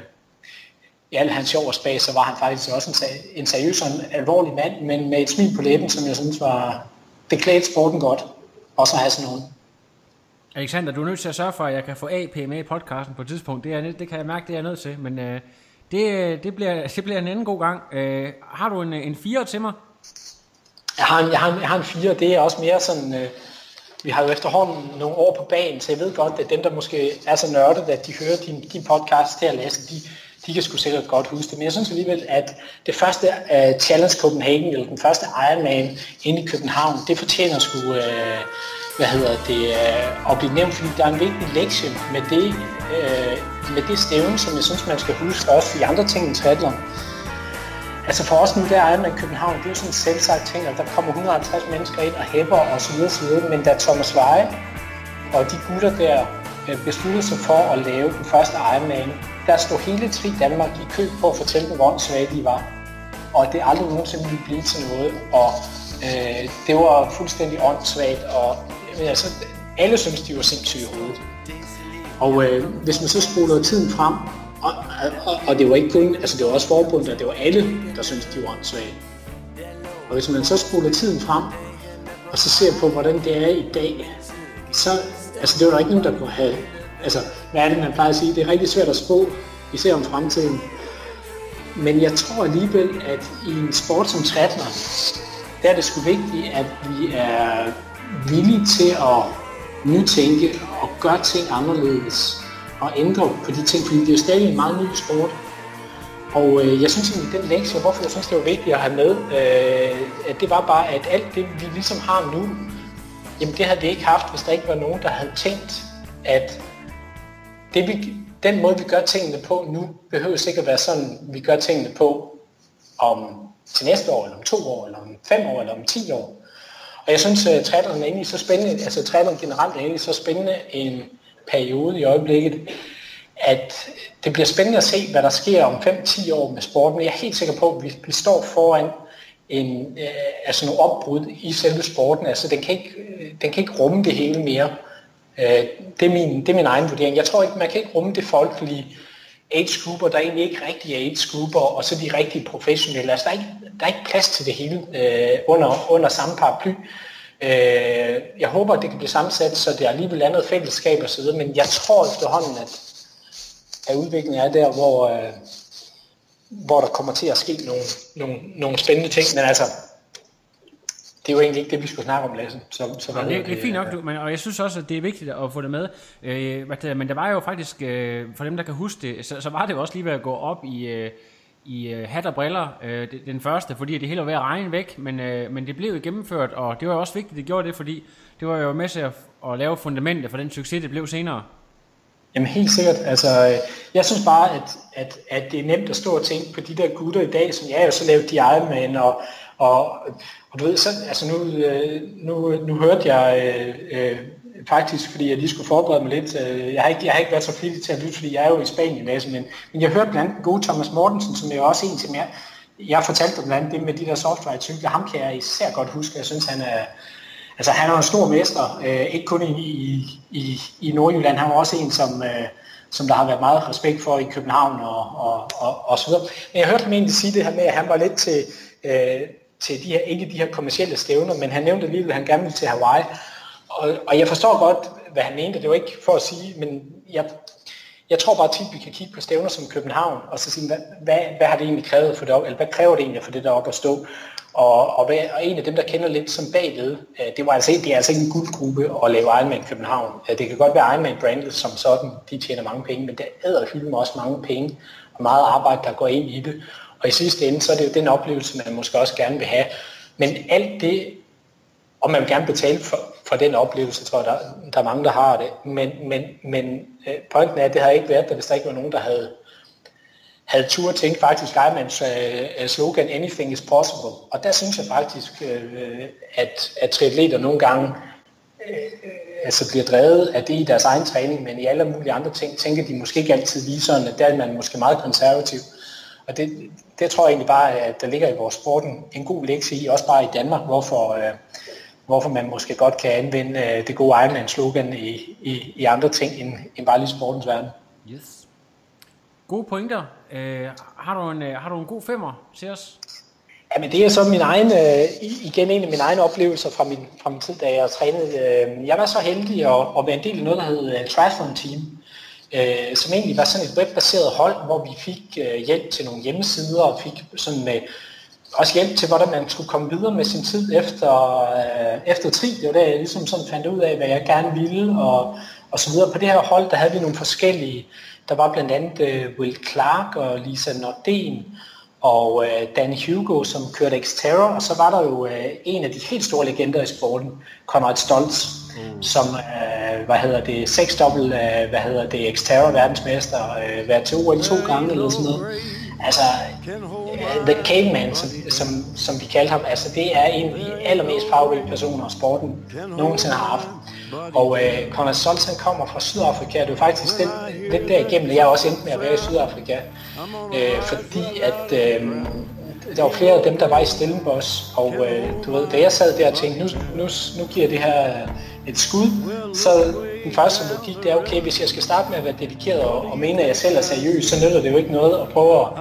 i alt hans sjov og spas, så var han faktisk også en, en seriøs og en alvorlig mand, men med et smil på læben, som jeg synes var, det klædte sporten godt, også at have sådan nogen. Alexander, du er nødt til at sørge for, at jeg kan få A P med i podcasten på et tidspunkt. Det, er, det kan jeg mærke, det er jeg nødt til, men øh, det, det, bliver, det bliver en anden god gang. Øh, har du en, en fire til mig? Jeg har en, jeg har en, jeg har en fire, det er også mere sådan, øh, vi har jo efterhånden nogle år på banen, så jeg ved godt, at dem, der måske er så nørdet, at de hører din, din podcast til at læse, de, de kan sgu sikkert godt huske det. Men jeg synes alligevel, at det første uh, Challenge Copenhagen, eller den første Ironman inde i København, det fortjener sgu, uh, hvad hedder det, uh, at blive nævnt, fordi der er en vigtig lektie med det, uh, med det stævne, som jeg synes, man skal huske også i andre ting end triathlon. Altså for os nu, der er Ironman København, det er jo sådan en selvsagt ting, at der kommer et hundrede og halvtreds mennesker ind og hæpper og så videre, så videre. Men da Thomas Weie og de gutter der besluttede sig for at lave den første Ironman, der stod hele Tri Danmark i kø på at fortælle dem, hvor åndssvage de var. Og det aldrig nogensinde ville blive til noget, og øh, det var fuldstændig åndssvagt, og altså, alle synes de var sindssyge i hovedet. Og øh, hvis man så spoler tiden frem, Og, og, og det var ikke kun, altså det var også forbundet, at det var alle, der syntes, de var åndssvage. Og hvis man så spoler tiden frem, og så ser på, hvordan det er i dag, så, altså det var der ikke nogen, der kunne have, altså hvad er det, man plejer at sige, det er rigtig svært at spå, især om fremtiden. Men jeg tror alligevel, at i en sport som triathlon, der er det sgu vigtigt, at vi er villige til at nytænke og gøre ting anderledes. Og ændre på de ting, fordi det er jo stadig en meget ny sport. Og øh, jeg synes egentlig, den lektie, hvorfor jeg synes, det var vigtigt at have med, øh, at det var bare, at alt det, vi ligesom har nu, jamen det havde vi ikke haft, hvis der ikke var nogen, der havde tænkt, at det, vi, den måde, vi gør tingene på nu, behøver sikkert at være sådan, vi gør tingene på om til næste år, eller om to år, eller om fem år, eller om ti år. Og jeg synes, at triathlon er egentlig så spændende, altså triathlon generelt er egentlig så spændende en periode i øjeblikket, at det bliver spændende at se, hvad der sker om fem til ti år med sporten. Jeg er helt sikker på, at vi, vi står foran en, øh, altså nogle opbrud i selve sporten. Altså, den, kan ikke, den kan ikke rumme det hele mere. Øh, det, er min, det er min egen vurdering. Jeg tror ikke, man kan ikke rumme det folkelige age-grupper, der egentlig ikke rigtig er age-grupper, og så de rigtige professionelle. Altså, der, er ikke, der er ikke plads til det hele øh, under, under samme paraply. Jeg håber, at det kan blive sammensat, så det er alligevel andet fællesskab og så videre, men jeg tror efterhånden, at, at udviklingen er der, hvor, øh, hvor der kommer til at ske nogle, nogle, nogle spændende ting, men altså, det er jo egentlig ikke det, vi skulle snakke om, Lasse. Så, så ja, det, det er fint nok, du, men, og jeg synes også, at det er vigtigt at få det med, øh, men der var jo faktisk, øh, for dem, der kan huske det, så, så var det jo også lige ved at gå op i... Øh, i øh, hat og briller, øh, den første, fordi det hele var ved at regne væk, men, øh, men det blev jo gennemført, og det var også vigtigt, at det gjorde det, fordi det var jo med til at, at lave fundamentet for den succes, det blev senere. Jamen helt sikkert, altså jeg synes bare, at, at, at det er nemt at stå og tænke på de der gutter i dag, som jeg jo så lavede de Ironman, og, og, og du ved, så, altså nu, nu, nu hørte jeg øh, faktisk, fordi jeg lige skulle forberede mig lidt, øh, jeg, har ikke, jeg har ikke været så flittig til at lytte, fordi jeg er jo i Spanien, Lasse, men, men jeg hørte blandt andet den gode Thomas Mortensen, som er også en til mere. Jeg fortalte blandt andet det med de der softride-cykler, ham kan jeg især godt huske, jeg synes han er, altså han er en stor mester, øh, ikke kun i, i, i, i Nordjylland, han var også en, som, øh, som der har været meget respekt for i København og, og, og, og så videre. Men jeg hørte ham egentlig sige det her med, at han var lidt til, øh, til de her, ikke de her kommercielle stævner, men han nævnte alligevel, at han gerne ville til Hawaii. Og, og jeg forstår godt, hvad han mente, det var ikke for at sige, men jeg, jeg tror bare tit, vi kan kigge på stævner som København, og så sige, hvad, hvad, hvad har det egentlig krævet for det op, eller hvad kræver det egentlig for det der op at stå? Og, og, hvad, og en af dem, der kender lidt som bagved, det, var altså, det er altså ikke en guldgruppe at lave Ironman København. Det kan godt være Ironman-brandet som sådan, de tjener mange penge, men det æderfylder med også mange penge, og meget arbejde, der går ind i det. Og i sidste ende, så er det jo den oplevelse, man måske også gerne vil have. Men alt det, og man vil gerne betale for, for den oplevelse, tror jeg, der, der er mange, der har det. Men, men, men pointen er, at det havde ikke været der, hvis der ikke var nogen, der havde, havde tur at tænke faktisk Ironmans uh, slogan, anything is possible. Og der synes jeg faktisk, uh, at, at triatleter nogle gange uh, altså bliver drevet af det i deres egen træning, men i alle mulige andre ting, tænker de måske ikke altid lige sådan, at der er man måske meget konservativ. Og det, det tror jeg egentlig bare, at der ligger i vores sporten en god lektie i, også bare i Danmark, hvorfor... Uh, hvorfor man måske godt kan anvende øh, det gode Ironman-slogan i, i, i andre ting end, end bare lige sportens verden. Yes. Gode pointer. Øh, har, du en, øh, har du en god femmer til os? Jamen det er så min egen, øh, igen en af mine egne oplevelser fra min, fra min tid, da jeg trænede. Øh, jeg var så heldig at, at være en del af noget, der hed uh, Triathlon Team, øh, som egentlig var sådan et webbaseret hold, hvor vi fik øh, hjælp til nogle hjemmesider og fik sådan med, også hjælp til, hvordan man skulle komme videre med sin tid efter, øh, efter tri. Det var da jeg ligesom sådan fandt ud af, hvad jeg gerne ville og, og så videre. På det her hold, der havde vi nogle forskellige, der var blandt andet øh, Will Clark og Lisa Nordén, og øh, Danny Hugo, som kørte Xterra, og så var der jo øh, en af de helt store legender i sporten, Conrad Stoltz, mm. som, øh, hvad hedder det, seksdobbelt, øh, hvad hedder det, Xterra verdensmester, øh, været til O L to gange eller sådan noget. Altså, uh, The Caveman, som, som, som vi kaldte ham, altså det er en af de allermest farverige personer, sporten nogensinde har haft. Og uh, Conrad Stoltz, han kommer fra Sydafrika, det er faktisk lidt, lidt derigennem, jeg er også endt med at være i Sydafrika, uh, fordi at uh, der var flere af dem, der var i Stellenbosch, og uh, du ved, da jeg sad der og tænkte, nu, nu, nu giver det her et skud, så den første logik, det er okay, hvis jeg skal starte med at være dedikeret og, og mene, at jeg selv er seriøs, så nytter det jo ikke noget at prøve at,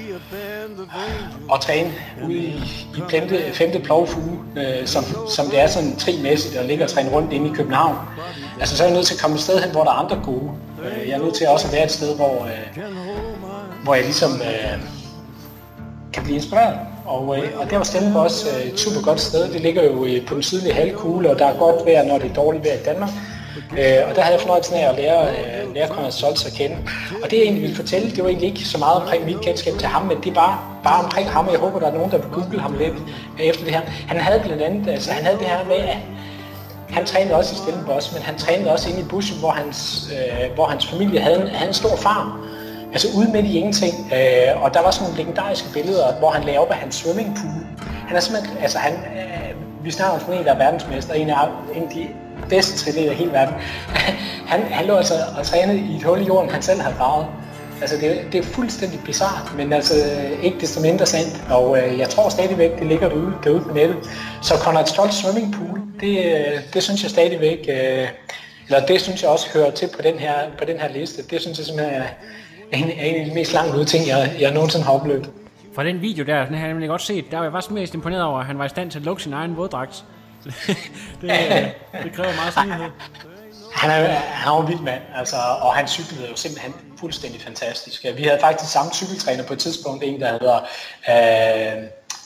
at træne ude i, i femte, femte plovfuge, øh, som, som det er sådan trimæssigt og ligger og træne rundt inde i København. Altså så er jeg nødt til at komme et sted hen, hvor der er andre gode. Øh, jeg er nødt til også at være et sted, hvor, øh, hvor jeg ligesom øh, kan blive inspireret. Og, øh, og der var Stellenbosch øh, et super godt sted. Det ligger jo øh, på den sydlige halvkugle, og der er godt vejr, når det er dårligt vejr i Danmark. Øh, og der havde jeg fornøjelsen af at lære, øh, lære Conrad Stoltz at kende. Og det jeg egentlig ville fortælle, det var egentlig ikke så meget omkring mit kendskab til ham, men det er bare, bare omkring ham, og jeg håber, der er nogen, der vil google ham lidt øh, efter det her. Han havde blandt andet, altså han havde det her med, at han trænede også i Stellenbosch, men han trænede også inde i bussen, hvor hans, øh, hvor hans familie havde en, havde en stor farm. Altså ude midt i ingenting, øh, og der var sådan nogle legendariske billeder, hvor han lagde op af hans swimmingpool. Han er simpelthen, altså han, øh, vi snakker om en, der er verdensmester, en af, en af de bedste triatleter i hele verden. han, han lå altså og trænede i et hul i jorden, han selv havde gravet. Altså det, det er fuldstændig bizarrt, men altså ikke desto mindre sandt, og øh, jeg tror stadigvæk, det ligger derude, derude på nettet. Så Conrad Stoltz swimmingpool, det, det synes jeg stadigvæk, øh, eller det synes jeg også hører til på den her, på den her liste. Det synes jeg simpelthen er en, en af de mest langt ude ting, jeg, jeg nogensinde har oplevet. Fra den video der, den har jeg nemlig godt set, der var jeg faktisk mest imponeret over, at han var i stand til at lukke sin egen våddragt. det, det kræver meget smidighed. Han er, han er jo en vild mand, altså, og han cyklede jo simpelthen fuldstændig fantastisk. Vi havde faktisk samme cykeltræner på et tidspunkt, en der hedder øh,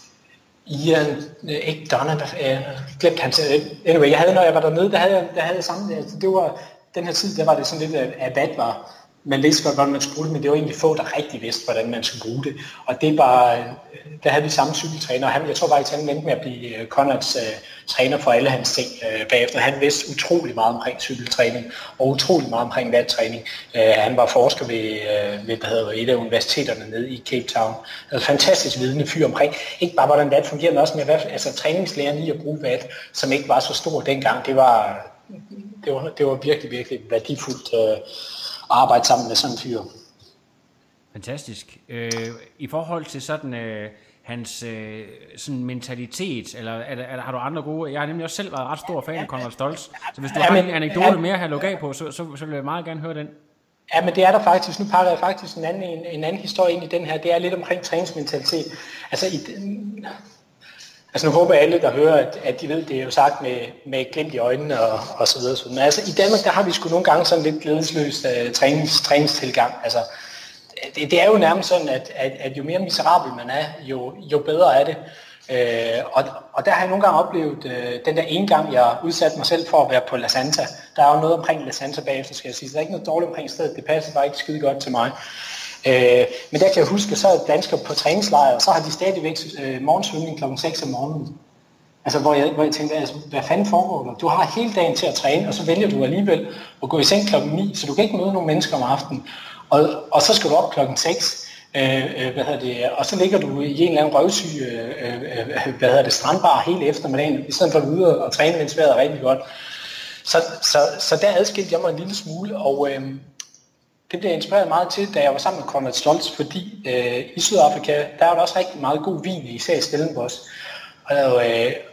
Ian, øh, ikke Donna, øh, glemt hans, øh, anyway, jeg havde, når jeg var dernede, der havde, der havde samme, altså, det var, den her tid, der var det sådan lidt af hvad var. Man vidste godt, hvordan man skulle bruge det, men det var egentlig få, der rigtig vidste, hvordan man skulle bruge det. Og det er bare, der havde vi samme cykeltræner, og han, jeg tror faktisk, han endte med at blive Conrads uh, træner for alle hans ting uh, bagefter. Han vidste utrolig meget omkring cykeltræning, og utrolig meget omkring vattræning. Uh, han var forsker ved, uh, ved hvad hedder, et af universiteterne nede i Cape Town. Altså fantastisk vidende fyr omkring, ikke bare hvordan vat fungerer, men også med altså, træningslæren i at bruge vat, som ikke var så stor dengang. Det var, det var, det var virkelig, virkelig værdifuldt uh, arbejde sammen med sådan en fyr. Fantastisk. Øh, I forhold til sådan øh, hans øh, sådan mentalitet, eller er der, er der, har du andre gode? Jeg har nemlig også selv været ret stor fan af Conrad Stoltz, så hvis du ja, har men, en anekdote ja, mere at have lukket af på, så, så, så vil jeg meget gerne høre den. Ja, men det er der faktisk. Nu pakker jeg faktisk en anden, en, en anden historie ind i den her. Det er lidt omkring træningsmentalitet. Altså, i, altså nu håber jeg alle, der hører, at, at de ved, det er jo sagt med, med glimt i øjnene og, og så videre. Men altså, i Danmark, der har vi sgu nogle gange sådan lidt glædesløs uh, trænings, træningstilgang. Altså, det, det er jo nærmest sådan, at, at, at jo mere miserabel man er, jo, jo bedre er det. Uh, og, og der har jeg nogle gange oplevet, uh, den der ene gang, jeg udsatte mig selv for at være på La Santa. Der er jo noget omkring La Santa bagefter, skal jeg sige. Så der er ikke noget dårligt omkring stedet. Det passer bare ikke skide godt til mig. Øh, men der kan jeg huske, så er danskere på træningslejre, og så har de stadigvæk øh, morgensvømning klokken seks om morgenen. Altså, hvor jeg, hvor jeg tænkte, altså, hvad fanden foregår der? Du har hele dagen til at træne, og så vælger du alligevel at gå i seng klokken ni, så du kan ikke møde nogen mennesker om aftenen. Og, og så skal du op klokken seks, øh, hvad hedder det, og så ligger du i en eller anden røvsyg, øh, øh, hvad hedder det, strandbar hele eftermiddagen, i stedet for at du ude og træne, mens vejret er rigtig godt. Så, så, så der adskilte jeg mig en lille smule, og øh, det blev jeg inspireret meget til, da jeg var sammen med Conrad Stoltz, fordi øh, i Sydafrika, der er der også rigtig meget god vin, især i Stellenbosch. Og, øh,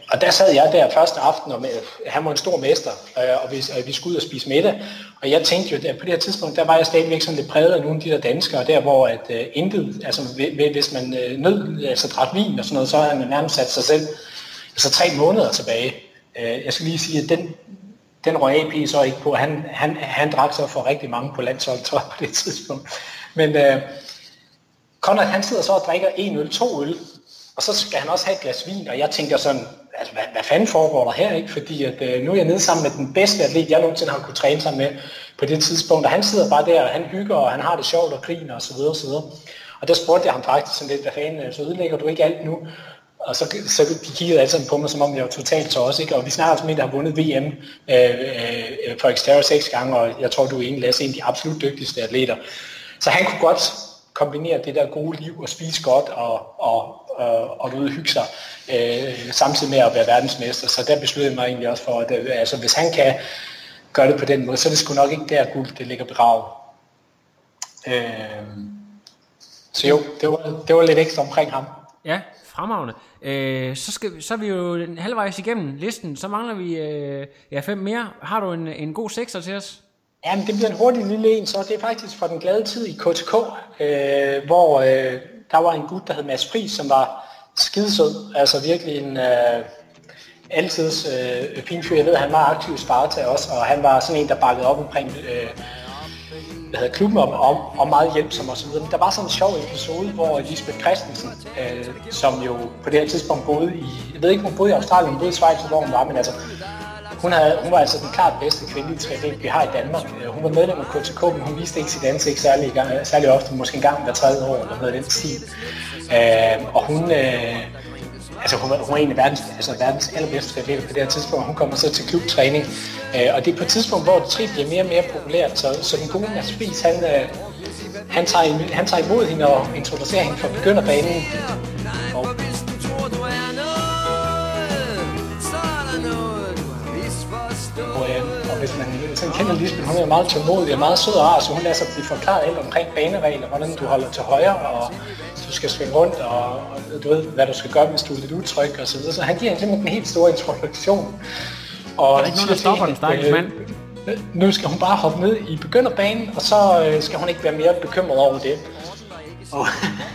og der sad jeg der første aften, og med, han var en stor mester, øh, og, vi, og vi skulle ud og spise middag. Og jeg tænkte jo, at på det her tidspunkt, der var jeg stadigvæk sådan lidt præget af nogle af de der danskere, der hvor at øh, intet, altså hvis man øh, nød, altså drak vin og sådan noget, så havde man nærmest sat sig selv altså tre måneder tilbage. Øh, jeg skal lige sige, at den, den røg A P så ikke på. Han, han, han drak så for rigtig mange på landsholdet, tror jeg, på det tidspunkt. Men øh, Conrad, han sidder så og drikker en øl, to øl, og så skal han også have et glas vin, og jeg tænker sådan, altså, hvad, hvad fanden foregår der her, ikke? Fordi at, øh, nu er jeg nede sammen med den bedste atlet, jeg nogensinde har kunne træne sammen med på det tidspunkt, og han sidder bare der, og han hygger, og han har det sjovt og griner, og så videre, og så videre. Og der spurgte jeg ham faktisk sådan lidt, hvad fanden, så ødelægger du ikke alt nu? Og så, så de kiggede alle sammen på mig, som om jeg var totalt tosset, ikke? Og vi snakker som en, der har vundet V M øh, øh, for Xterra seks gange, og jeg tror, du er en, Lasse, en af de absolut dygtigste atleter. Så han kunne godt kombinere det der gode liv og spise godt og, og, og, og ud og hygge sig, øh, samtidig med at være verdensmester. Så der besluttede jeg mig egentlig også for, at øh, altså, hvis han kan gøre det på den måde, så er det sgu nok ikke der guld, det ligger begravet. Øh, så jo, det var, det var lidt ekstra omkring ham. Ja, fremragende. Øh, så, skal, så er vi jo halvvejs igennem listen, så mangler vi øh, ja, fem mere. Har du en, en god sekser til os? Jamen, det bliver en hurtig lille en, så det er faktisk fra den glade tid i K T K, øh, hvor øh, der var en gut, der hed Mads Friis, som var skidesød. Altså virkelig en øh, altids øh, fin fyr. Jeg ved, han var aktiv i Sparta også, og han var sådan en, der bakkede op omkring øh, hvad hedder, klubben om, om, og meget hjælpsom og så videre. Men der var sådan en sjov episode, hvor Lisbeth Christensen, øh, som jo på det her tidspunkt boede i, jeg ved ikke, hun boede i Australien, hun boede i Schweiz, hvor hun var, men altså Hun, havde, hun var altså den klart bedste kvindelige triatlet, vi har i Danmark. Hun var medlem af K T K, men hun viste ikke sit ansigt særlig, særlig ofte, måske en gang hver tredje år, eller noget af den stil. Øh, og hun, øh, altså hun, var, hun var en af verdens, altså verdens allerbedste triatleter på det her tidspunkt. Hun kommer så til klubtræning, øh, og det er på et tidspunkt, hvor tri bliver mere og mere populært, så, så den gode Mads Friis, han, øh, han, tager, han tager imod hende og introducerer hende for begynderbanen. Og Og, øh, og hvis man sådan kender Lisbeth, hun er meget tålmodig og meget sød og rar, så hun lader sig blive forklaret alt omkring baneregler, hvordan du holder til højre, og du skal svinge rundt, og, og du ved, hvad du skal gøre, hvis du er lidt utryg og så videre. Så han giver simpelthen en helt stor introduktion. Og der er ikke nogen, der stopper den stakkels mand. Nu skal hun bare hoppe ned i begynderbanen, og så øh, skal hun ikke være mere bekymret over det. Og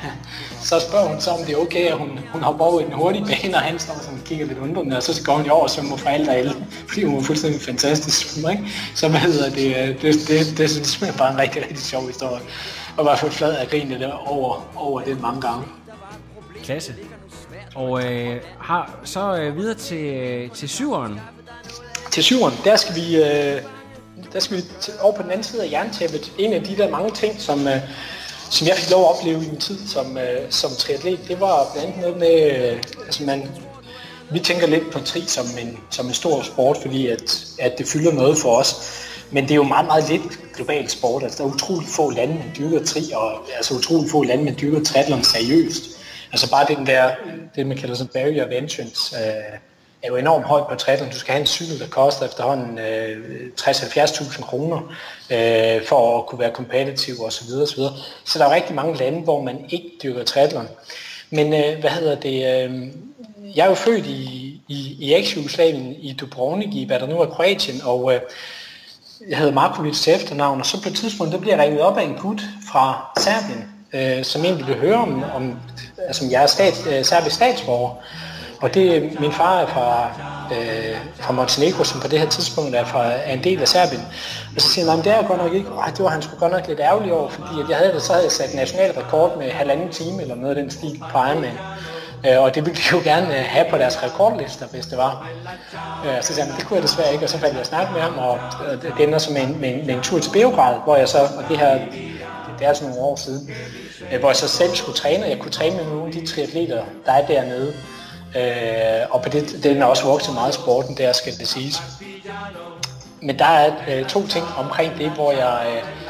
så spørger hun så, om det er okay, at hun, hun hopper over i den hurtige bane, og han står og kigger lidt undrende, og så går hun jo over og svømmer for alt og alle, fordi hun er fuldstændig fantastisk svømmer, ikke? Så hvad hedder det, det, det, det synes jeg bare en rigtig, rigtig sjov historie, og var for flad af grine der over, over det mange gange. Klasse. Og øh, har, så øh, videre til, til syveren. Til syveren, der skal vi, øh, der skal vi over på den anden side af jerntæppet. En af de der mange ting, som... Øh, som jeg fik lov at opleve i min tid som, øh, som triatlet, det var blandt andet noget med, øh, altså man, vi tænker lidt på tri som en, som en stor sport, fordi at, at det fylder noget for os, men det er jo meget, meget lidt global sport, altså der er utroligt få lande, man dyrker tri, og altså utroligt få lande, man dyrker triathlon seriøst. Altså bare den der, det man kalder sådan barrier of entrance, øh, er jo enormt højt på triathlon. Du skal have en cykel, der koster efterhånden øh, tres til halvfjerds tusind kroner øh, for at kunne være kompetitiv osv. osv. Så der er rigtig mange lande, hvor man ikke dyrker triathlon. Men øh, hvad hedder det? Øh, jeg er jo født i, i, i eks-Jugoslavien, i Dubrovnik, i hvad der nu er Kroatien, og øh, jeg hedder Markovic til efternavn, og så på et tidspunkt, der bliver jeg ringet op af en gut fra Serbien, øh, som egentlig ville høre om, om altså, jeg er stat, øh, serbisk statsborger. Og det, min far er fra, øh, fra Montenegro, som på det her tidspunkt er, fra, er en del af Serbien. Og så siger han, det er godt nok ikke. Ej, det var han sgu godt nok lidt ærgerlig over, fordi at jeg havde det, så havde jeg sat nationalrekord med halvanden time eller noget af den stil på Ironman. Øh, og det ville de jo gerne have på deres rekordlister, hvis det var. Øh, så sagde han, det kunne jeg desværre ikke, og så faldt jeg snakke med ham, og det ender så med en, med en, med en tur til Beograd, hvor jeg så, og det her, det, det er sådan nogle år siden, øh, hvor jeg så selv skulle træne, og jeg kunne træne med nogle af de triatleter, der er dernede. Øh, og på det, den er også vokset meget sporten, der skal det siges. Men der er øh, to ting omkring det, hvor jeg,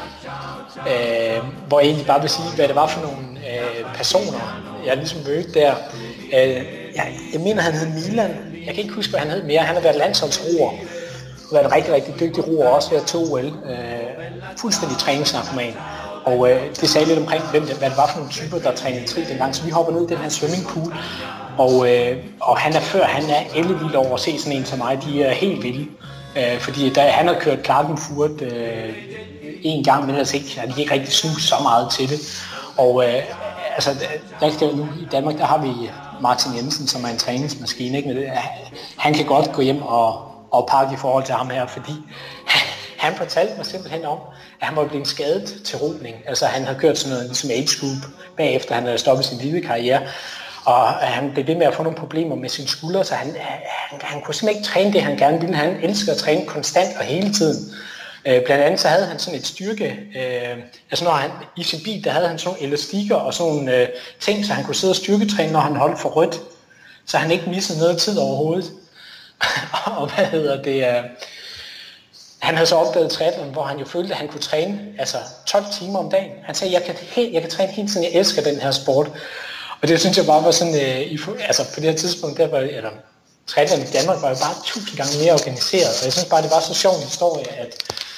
øh, øh, hvor jeg egentlig bare vil sige, hvad det var for nogle øh, personer, jeg ligesom mødte der. Øh, jeg, jeg mener, han hed Milan. Jeg kan ikke huske, hvad han hed mere. Han har været landsholdsroer. Han har været en rigtig, rigtig dygtig roer, også været til O L. Øh, fuldstændig træningsnarkoman. Og øh, det sagde lidt omkring, hvem det, hvad det var for nogle typer, der trænede tri dengang. Så vi hopper ned i den her swimmingpool, og, øh, og han er før, han er ellevild over at se sådan en som mig. De er helt vilde, øh, fordi der, han har kørt Klagenfurt øh, en gang, men ellers ikke, han ikke rigtig snus så meget til det. Og øh, altså, der, nu i Danmark, der har vi Martin Jensen, som er en træningsmaskine, ikke? Men det, han kan godt gå hjem og, og pakke i forhold til ham her, fordi han fortalte mig simpelthen om, at han var blevet skadet til roning. Altså han havde kørt sådan noget ligesom age group bagefter han havde stoppet sin lille karriere. Og han blev ved med at få nogle problemer med sine skuldre, så han, han, han kunne simpelthen ikke træne det, han gerne ville. Han elsker at træne konstant og hele tiden. Øh, blandt andet så havde han sådan et styrke, øh, altså når han i sin bil, der havde han sådan nogle elastikker og sådan nogle øh, ting, så han kunne sidde og styrketræne, når han holdt for rødt, så han ikke missede noget tid overhovedet. Og hvad hedder det? Øh, han havde så opdaget triathlon, hvor han jo følte, at han kunne træne altså tolv timer om dagen. Han sagde, jeg kan, helt, jeg kan træne hele tiden, jeg elsker den her sport. Og det synes jeg bare var sådan, øh, i, altså på det her tidspunkt, der var, eller triathlon i Danmark var jo bare tusind gange mere organiseret, og jeg synes bare, det var så sjov en historie, at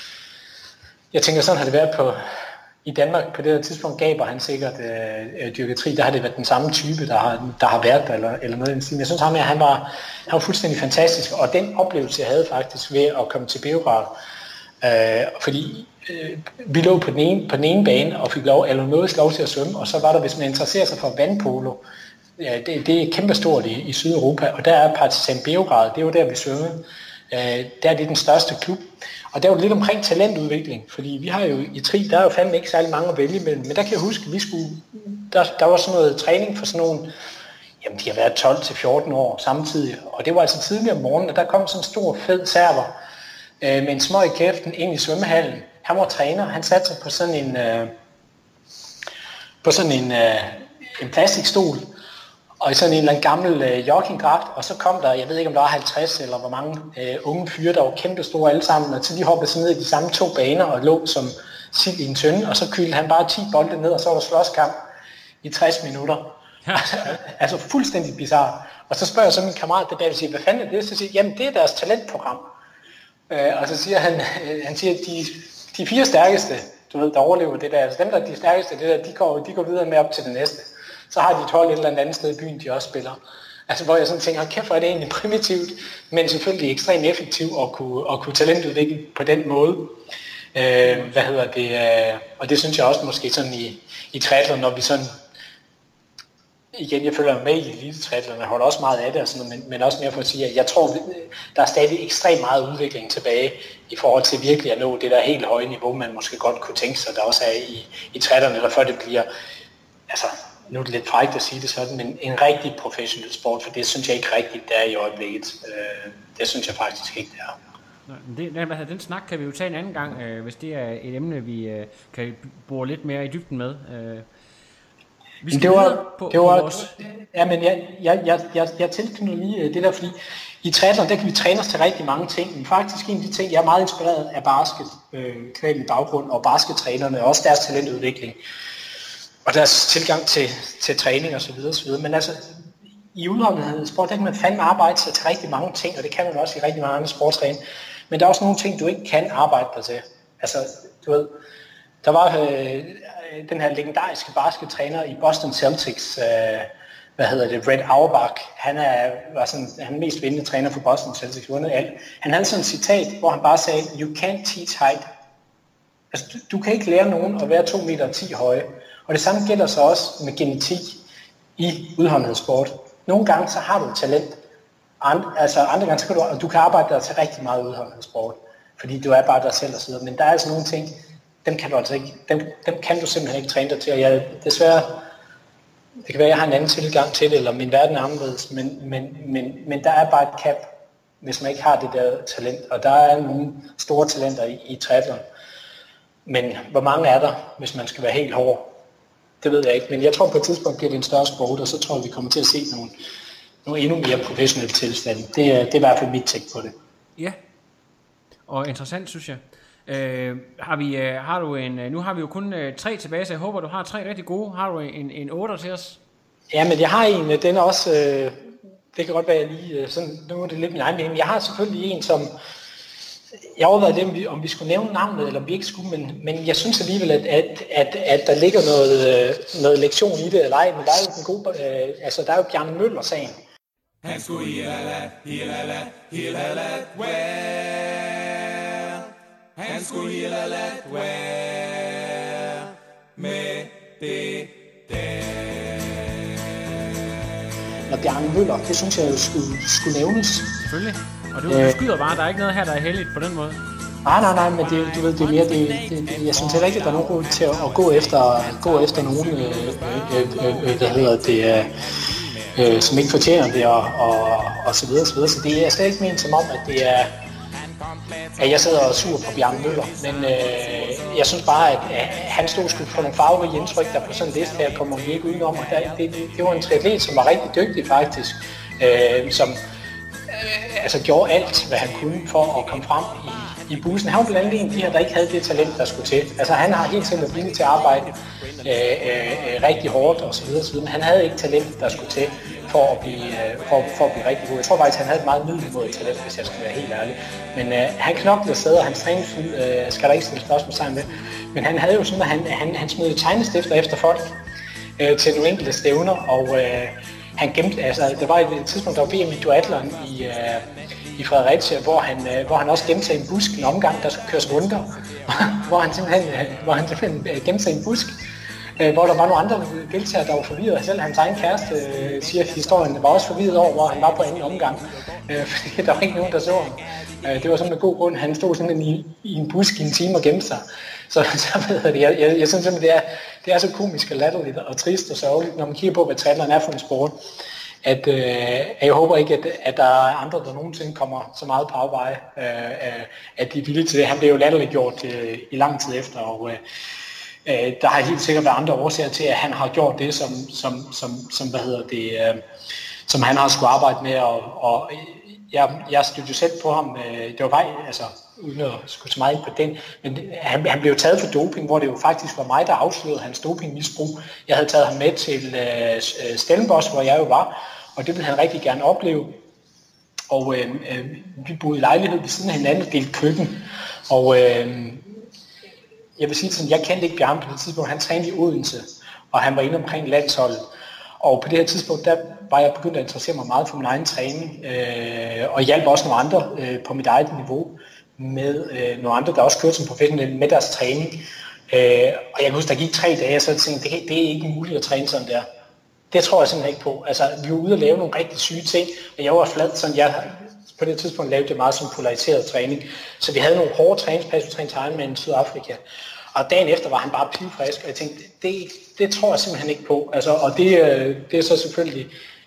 jeg tænker, sådan har det været på, i Danmark på det her tidspunkt, Gaber han sikkert øh, dyrket tri, der har det været den samme type, der har, der har været der, eller, eller noget i den stil. Jeg synes ham, at han var, han var fuldstændig fantastisk, og den oplevelse, jeg havde faktisk ved at komme til Beograd, øh, fordi øh, vi lå på den, ene, på den ene bane, og fik lov, eller noget lov til at svømme, og så var der, hvis man interesserer sig for vandpolo, ja, det, det er kæmpestort i, i Sydeuropa, og der er Partizan Beograd, det er jo der, vi svømmede. Øh, der er det den største klub. Og der er jo lidt omkring talentudvikling, fordi vi har jo i tri, der er jo fandme ikke særlig mange at vælge imellem, men der kan jeg huske, vi skulle, der, der var sådan noget træning for sådan nogle, jamen de har været tolv til fjorten år samtidig, og det var altså tidligere om morgenen, og der kom sådan en stor fed server øh, med en smøg i kæften ind i svømmehallen. Han var træner, han satte sig på sådan en, øh, på sådan en, øh, en plastikstol, og i sådan en eller anden gammel øh, joggingdragt, og så kom der, jeg ved ikke om der var halvtreds eller hvor mange øh, unge fyre, der var kæmpe store alle sammen, og så de hoppede sådan ned i de samme to baner og lå som sild i en tønde, og så kyldte han bare ti bolde ned, og så var der slåskamp i tres minutter. altså, altså fuldstændig bizarrt. Og så spørger jeg så min kammerat der bag, siger, hvad fanden er det? Så siger jeg, jamen det er deres talentprogram. Øh, og så siger han, øh, han siger, de, de fire stærkeste, du ved, der overlever det der, altså dem der er de stærkeste, det der, de går, de går videre med op til det næste. Så har de et hold et eller andet sted i byen, de også spiller. Altså hvor jeg sådan tænker, kæft hvor er det egentlig primitivt, men selvfølgelig ekstremt effektivt at kunne, at kunne talentudvikle på den måde. Øh, hvad hedder det? Øh, og det synes jeg også måske sådan i, i triathlon, når vi sådan, igen jeg følger med i elite triathlon, jeg holder også meget af det, og sådan, men, men også mere for at sige, at jeg tror, der er stadig ekstremt meget udvikling tilbage i forhold til virkelig at nå det der helt høje niveau, man måske godt kunne tænke sig, der også er i, i triathlon, eller før det bliver, altså nu er det lidt frækt at sige det sådan, men en rigtig professionel sport, for det synes jeg ikke rigtigt, det er i øjeblikket. Øh, det synes jeg faktisk ikke, det er. Det, den, den snak kan vi jo tage en anden gang, øh, hvis det er et emne, vi øh, kan bore lidt mere i dybden med. Øh, vi skal det var, på, det var, på vores... Ja, men jeg, jeg, jeg, jeg, jeg tilknytter lige det der, fordi i triathlon, der kan vi træne os til rigtig mange ting, men faktisk en af de ting, jeg er meget inspireret af basket, øh, kvæl i baggrund, og baskettrænerne, og også deres talentudvikling. Og deres tilgang til, til træning og så videre, så videre. Men altså, i udholdenhedssport, der kan man fandme arbejde sig til rigtig mange ting, og det kan man også i rigtig mange andre sportsgrene. Men der er også nogle ting, du ikke kan arbejde dig til. Altså, du ved, der var øh, den her legendariske baskettræner i Boston Celtics, øh, hvad hedder det, Red Auerbach. Han er, var sådan, han er mest vindende træner for Boston Celtics, vundet alt. Han havde sådan et citat, hvor han bare sagde, you can't teach height. Altså, du, du kan ikke lære nogen at være to meter ti høje. Og det samme gælder så også med genetik i udholdenhedssport. Nogle gange så har du et talent, andre, altså andre gange så kan du, og du kan arbejde dig til rigtig meget udholdenhedssport, fordi du er bare dig selv og så videre. Men der er altså nogle ting, dem kan du altså ikke, dem, dem kan du simpelthen ikke træne dig til. Og jeg desværre, det kan være, at jeg har en anden tilgang til det, eller min verden er anderledes, men, men, men, men der er bare et cap, hvis man ikke har det der talent. Og der er nogle store talenter i, i triathlon. Men hvor mange er der, hvis man skal være helt hård? Det ved jeg ikke, men jeg tror på et tidspunkt bliver det en større sport, og så tror jeg, vi kommer til at se nogle, nogle endnu mere professionelle tilstande. Det er, det er i hvert fald mit take på det. Ja, og interessant synes jeg. Øh, har, vi, øh, har du en, nu har vi jo kun øh, tre tilbage, så jeg håber, du har tre rigtig gode. Har du en, en otter til os? Ja, men jeg har en, den er også, øh, det kan godt være lige, øh, sådan, nu er det lidt min egen mening. Jeg har selvfølgelig en, som, Jeg overvejede det, om vi, om vi skulle nævne navnet, eller om vi ikke skulle, men, men jeg synes alligevel, at, at, at, at der ligger noget, noget lektion i det, eller ej, men der er jo den gode, øh, altså der er jo Bjarne Møller-sagen. Han skulle helt have ladt, helt have ladt, helt have ladt være. Han skulle helt have ladt være med det der. Når Bjarne Møller, det synes jeg jo skulle, skulle nævnes. Selvfølgelig. Og du, du skyder bare, der er ikke noget her, der er heldigt på den måde. Nej, nej, nej, men det, du ved, det er mere, det, det, det, jeg synes heller ikke, at der er nogen grund til at, at gå efter, gå efter nogen, øh, øh, øh, der hedder det, øh, som ikke fortjener det, og, og, og så videre, så videre. Så det er slet ikke ment som om, at det er, at jeg sidder og sur på Bjarne Møller, men øh, jeg synes bare, at, at han stod sgu på nogle farverige indtryk, der på sådan en liste her kommer vi ikke udenom, og der, det, det var en triatlet, som var rigtig dygtig faktisk, øh, som øh, altså gjorde alt, hvad han kunne for at komme frem i, i bussen. Han var blandt andet en af de her, der ikke havde det talent, der skulle til. Altså han har helt tiden været villig til at arbejde øh, øh, rigtig hårdt og så videre, så videre, men han havde ikke talent, der skulle til for at blive, øh, for, for at blive rigtig god. Jeg tror faktisk, han havde et meget middelmådigt talent, hvis jeg skal være helt ærlig. Men øh, han knoklede afsted, og hans træningsfuld øh, skal der ikke stille spørgsmål sammen med. Men han havde jo sådan, at han, han, han smed tegnestifter efter folk øh, til nogle enkelte stævner, og øh, han gemte, altså der var et tidspunkt, der var V M i duatlon i, øh, i Fredericia, hvor han, øh, hvor han også gemte sig i en busk en omgang, der skulle køres runder, hvor han simpelthen, øh, hvor han simpelthen øh, gemte sig i en busk, øh, hvor der var nogle andre deltagere, der var forvirret. Selv hans egen kæreste, øh, siger historien, var også forvirret over, hvor han var på anden omgang, øh, fordi der var ikke nogen, der så ham. Øh, det var sådan en god grund, han stod simpelthen i, i en busk i en time og gemte sig. Så, så ved jeg det. Jeg, jeg, jeg synes simpelthen, det er, det er så komisk og latterligt og trist og sørgeligt, når man kigger på, hvad triathlon er for en sport, at, øh, at jeg håber ikke, at, at der er andre, der nogensinde kommer så meget på afveje, øh, at de er villige til det. Han blev jo latterligt gjort øh, i lang tid efter, og øh, øh, der har helt sikkert været andre årsager til, at han har gjort det, som, som, som, som hvad hedder det, øh, som han har skulle arbejde med, og, og jeg, jeg stødte jo selv på ham. Øh, det var bare, altså, uden at skulle så meget ind på den, men han, han blev taget for doping, hvor det jo faktisk var mig, der afslørede hans dopingmisbrug. Jeg havde taget ham med til øh, Stellenbosch, hvor jeg jo var, og det ville han rigtig gerne opleve. Og øh, øh, vi boede i lejlighed ved siden af hinanden og delte køkken. Og øh, jeg vil sige sådan, jeg kendte ikke Bjarne på det tidspunkt. Han trænede i Odense, og han var inde omkring landsholdet. Og på det her tidspunkt, der var jeg begyndt at interessere mig meget for min egen træning, øh, og hjalp også nogle andre øh, på mit eget niveau med øh, nogle andre, der også kørte som professionelle med deres træning. Øh, og jeg kan huske, der gik tre dage, og så tænkte jeg, det, det er ikke muligt at træne sådan der. Det tror jeg simpelthen ikke på. Altså, vi var ude og lave nogle rigtig syge ting, og jeg var flad, sådan jeg på det tidspunkt lavede det meget som polariseret træning. Så vi havde nogle hårde træningspas, vi trænede til Ironman i Sydafrika. Og dagen efter var han bare pivfrisk, og jeg tænkte, det, det tror jeg simpelthen ikke på. Altså, og det, det er så selvfølgelig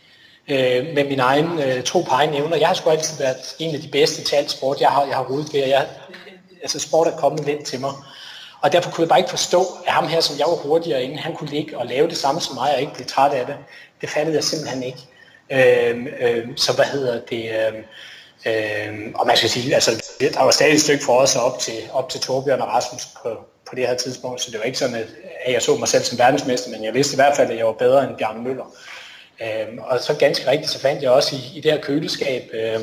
øh, med min egen øh, tro på egen evner. Jeg har sgu altid været en af de bedste til alt sport, jeg har, jeg har rodet ved, og jeg, altså sport er kommet lidt til mig. Og derfor kunne jeg bare ikke forstå, at ham her, som jeg var hurtigere inden, han kunne ligge og lave det samme som mig, og ikke blive træt af det. Det fattede jeg simpelthen ikke. Øh, øh, så hvad hedder det... Øh, Øh, og man skal sige, altså der var stadig et stykke for os op til, op til Torbjørn og Rasmus på, på det her tidspunkt, så det var ikke sådan, at jeg så mig selv som verdensmester, men jeg vidste i hvert fald, at jeg var bedre end Bjarne Møller. Øh, og så ganske rigtigt, så fandt jeg også i, i det her køleskab øh,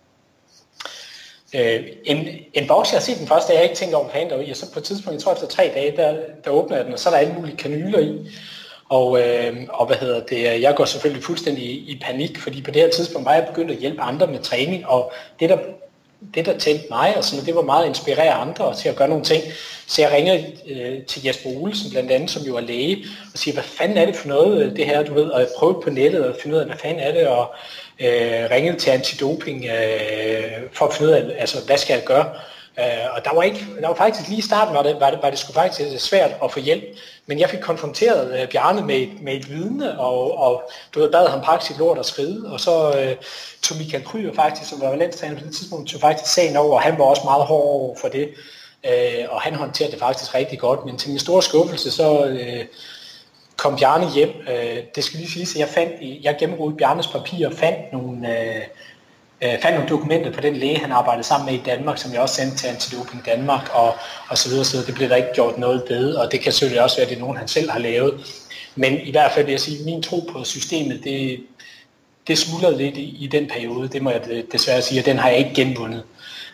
øh, en, en boks, jeg har set den første, jeg har ikke tænkt over, hvad fanden der var i, og så på et tidspunkt, jeg tror efter tre dage, der, der åbner jeg den, og så er der alle mulige kanyler i. Og, øh, og hvad hedder det, jeg går selvfølgelig fuldstændig i, i panik, fordi på det her tidspunkt var jeg begyndt at hjælpe andre med træning, og det der, det der tændte mig, og sådan, det var meget at inspirere andre til at gøre nogle ting. Så jeg ringer øh, til Jesper Olsen blandt andet, som jo er læge, og siger, hvad fanden er det for noget, det her, du ved, og jeg prøvede på nettet at finde ud af, hvad fanden er det, og øh, ringede til antidoping øh, for at finde ud af, altså, hvad skal jeg gøre? Uh, og der var, ikke, der var faktisk lige i starten, var det, var det, var det sgu faktisk svært at få hjælp. Men jeg fik konfronteret uh, Bjarne med et, med et vidne, og, og du ved, bad ham pakke sit lort og skride. Og så uh, tog Michael Kryer faktisk, som var valentstræner på det tidspunkt, tog faktisk sagen over, og han var også meget hård over for det. Uh, og han håndterede det faktisk rigtig godt. Men til min store skuffelse, så uh, kom Bjarne hjem. Uh, det skal lige sige, at jeg, fandt, jeg gennemrodede Bjarnes papir og fandt nogle... Uh, Jeg fandt nogle dokumenter på den læge, han arbejdede sammen med i Danmark, som jeg også sendte til Antidoping Danmark, og, og så videre, så det blev der ikke gjort noget ved, og det kan selvfølgelig også være, at det er nogen, han selv har lavet. Men i hvert fald vil jeg sige, at min tro på systemet, det, det smuldrede lidt i, i den periode, det må jeg desværre sige, og den har jeg ikke genvundet.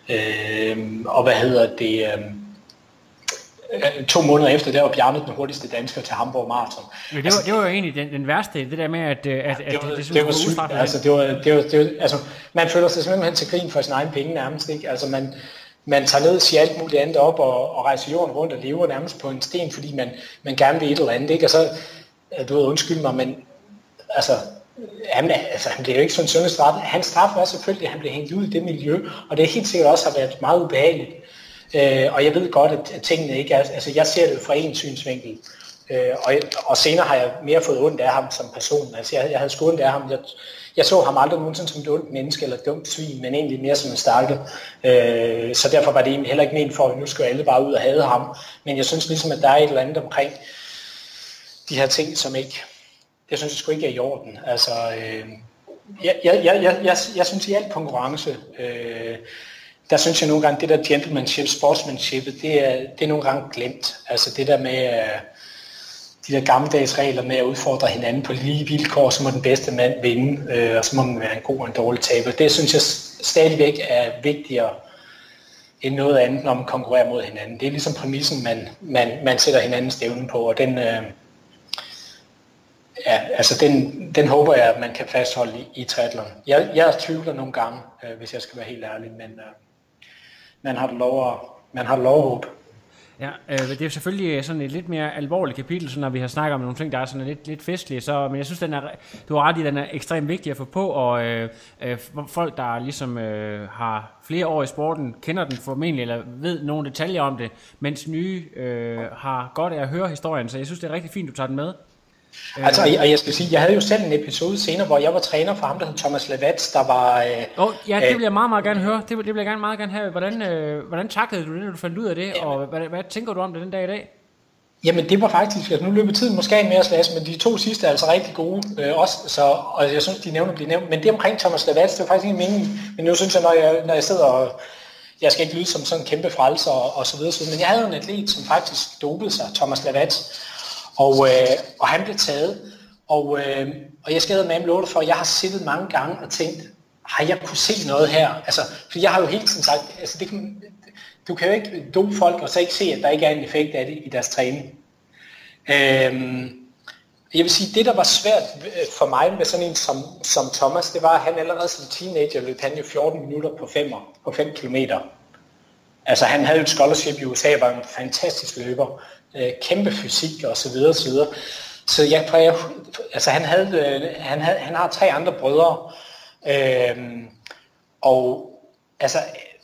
Øh, og hvad hedder det... Øh, To måneder efter, der var Bjarne den hurtigste dansker til Hamburg Marathon. Ja, det, var, altså, det var jo egentlig den, den værste, det der med, at, at, at det var, det, det, det, det var sygt. Altså, det var, det var, det var, altså, man føler sig simpelthen til grin for sin egen penge nærmest. Ikke? Altså, man, man tager ned og siger alt muligt andet op og, og rejser jorden rundt og lever nærmest på en sten, fordi man, man gerne vil et eller andet. Ikke? Og så, du ved, undskyld mig, men altså, han, altså, han blev jo ikke sådan en straf. Hans straf var selvfølgelig, at han blev hængt ud i det miljø, og det helt sikkert også har været meget ubehageligt. Øh, og jeg ved godt, at tingene ikke er... Altså, jeg ser det fra en synsvinkel. Øh, og, og senere har jeg mere fået ondt af ham som person. Altså, jeg, jeg havde sgu ondt af ham. Jeg, jeg så ham aldrig nogensinde som et ondt menneske eller et dumt svin, men egentlig mere som en stakkel. Øh, så derfor var det egentlig heller ikke ment for, at nu skulle alle bare ud og hade ham. Men jeg synes ligesom, at der er et eller andet omkring de her ting, som ikke... Jeg synes, det sgu ikke er i orden. Altså, øh, jeg, jeg, jeg, jeg, jeg, jeg synes i alt konkurrence... Øh, der synes jeg nogle gange, det der gentlemanship, sportsmanship, det er, det er nogle gange glemt. Altså det der med de der gammeldags regler med at udfordre hinanden på lige vilkår, så må den bedste mand vinde, øh, og så må man være en god og en dårlig taber. Det synes jeg stadigvæk er vigtigere end noget andet, når man konkurrerer mod hinanden. Det er ligesom præmissen, man, man, man sætter hinandens stævne på, og den, øh, ja, altså den, den håber jeg, at man kan fastholde i, i triathlon. Jeg, jeg tvivler nogle gange, øh, hvis jeg skal være helt ærlig, men... Øh, Man har det lov at, man har det lov at håbe. Ja, øh, det er jo selvfølgelig sådan et lidt mere alvorligt kapitel, så når vi har snakket om nogle ting, der er sådan lidt, lidt festlige, så, men jeg synes, den er, du har ret i, den er ekstremt vigtig at få på, og øh, øh, folk, der ligesom øh, har flere år i sporten, kender den formentlig, eller ved nogle detaljer om det, mens nye øh, har godt af at høre historien, så jeg synes, det er rigtig fint, du tager den med. Altså, og jeg skal sige, jeg havde jo selv en episode senere, hvor jeg var træner for ham, der hed Thomas Lavats, der var... Øh, oh, ja, det vil jeg meget, meget gerne høre. Det vil, det vil jeg gerne, meget gerne have. Hvordan, øh, hvordan taklede du det, når du fandt ud af det, ja, og hvad, hvad tænker du om det den dag i dag? Jamen, det var faktisk... Altså, nu løber tiden måske med at slås, men de to sidste er altså rigtig gode øh, også, så, og jeg synes, de nævner bliver nævnt. Men det omkring Thomas Lavats, det var faktisk ikke meningen. Men nu synes jeg, når jeg, når jeg sidder og... Jeg skal ikke lyde som sådan en kæmpe frelser og, og så videre, men jeg havde en atlet, som faktisk dopede sig, Thomas Lavats. Og, øh, og han blev taget, og, øh, og jeg skal med ham love for, at jeg har siddet mange gange og tænkt, har jeg kunne se noget her? Altså, for jeg har jo hele tiden sagt, altså det kan, du kan jo ikke dope folk og så ikke se, at der ikke er en effekt af det i deres træning. Øh, jeg vil sige, det der var svært for mig med sådan en som, som Thomas, det var, at han allerede som teenager løb han jo fjorten minutter på femmer, på fem kilometer. Altså han havde jo et scholarship i U S A, var en fantastisk løber. Kæmpe fysik og så videre og så videre. Så jeg jeg, altså han havde han havde han har tre andre brødre. Øhm, og altså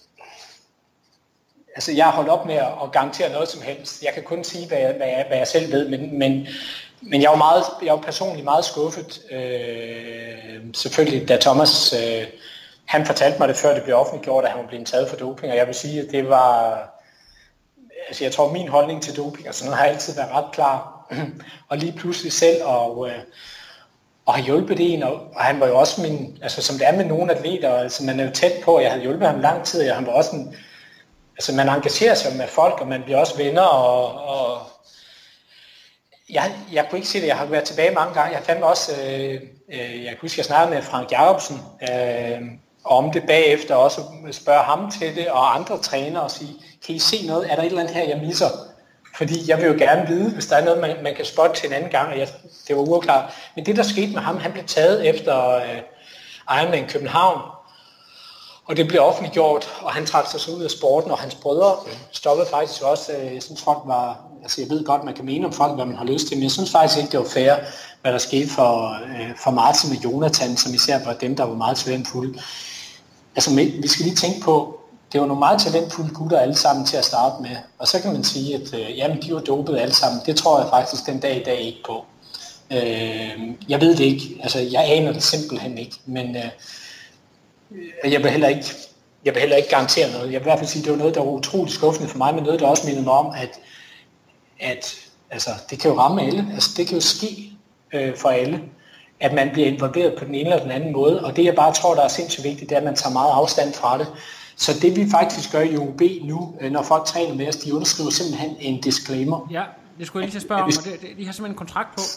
altså jeg har holdt op med at, at garantere noget som helst. Jeg kan kun sige hvad jeg, hvad jeg, hvad jeg selv ved, men men men jeg var meget jeg var personligt meget skuffet. Øh, selvfølgelig da Thomas øh, han fortalte mig det før det blev offentliggjort, at han var blevet taget for doping, og jeg vil sige at det var altså jeg tror, min holdning til doping og sådan noget har altid været ret klar. Og lige pludselig selv og, øh, og har hjulpet en, og, og han var jo også min, altså som det er med nogle atleter, altså man er jo tæt på, jeg havde hjulpet ham lang tid, og han var også en, altså man engagerer sig med folk, og man bliver også venner, og, og jeg, jeg kunne ikke se det, jeg har været tilbage mange gange, jeg fandt også, øh, øh, jeg kan huske, jeg snakkede med Frank Jacobsen, øh, om det bagefter, også spørge ham til det, og andre trænere og sige, kan I se noget, er der et eller andet her, jeg misser? Fordi jeg vil jo gerne vide, hvis der er noget, man, man kan spotte til en anden gang, og jeg, det var uafklaret. Men det, der skete med ham, han blev taget efter øh, Ironman København, og det blev offentliggjort, og han trak sig så ud af sporten, og hans brødre stoppede faktisk også. Øh, jeg synes folk var, altså jeg ved godt, man kan mene om folk, hvad man har lyst til, men jeg synes faktisk ikke, det var fair, hvad der skete for, øh, for Martin og Jonathan, som især var dem, der var meget talentfulde. Altså vi skal lige tænke på, det var nogle meget talentfulde gutter alle sammen til at starte med, og så kan man sige, at øh, jamen, de var dopet alle sammen. Det tror jeg faktisk den dag i dag ikke på. Øh, jeg ved det ikke, altså jeg aner det simpelthen ikke, men øh, jeg vil heller ikke, jeg vil heller ikke garantere noget. Jeg vil i hvert fald sige, at det var noget, der var utroligt skuffende for mig, men noget, der også mindede mig om, at, at altså, det kan jo ramme alle, altså det kan jo ske øh, for alle, at man bliver involveret på den ene eller den anden måde, og det jeg bare tror, der er sindssygt vigtigt, det er, at man tager meget afstand fra det. Så det vi faktisk gør i U B nu, når folk træner med os, de underskriver simpelthen en disclaimer. Ja, det skulle jeg lige til at spørge om, og det, det, de har simpelthen en kontrakt på.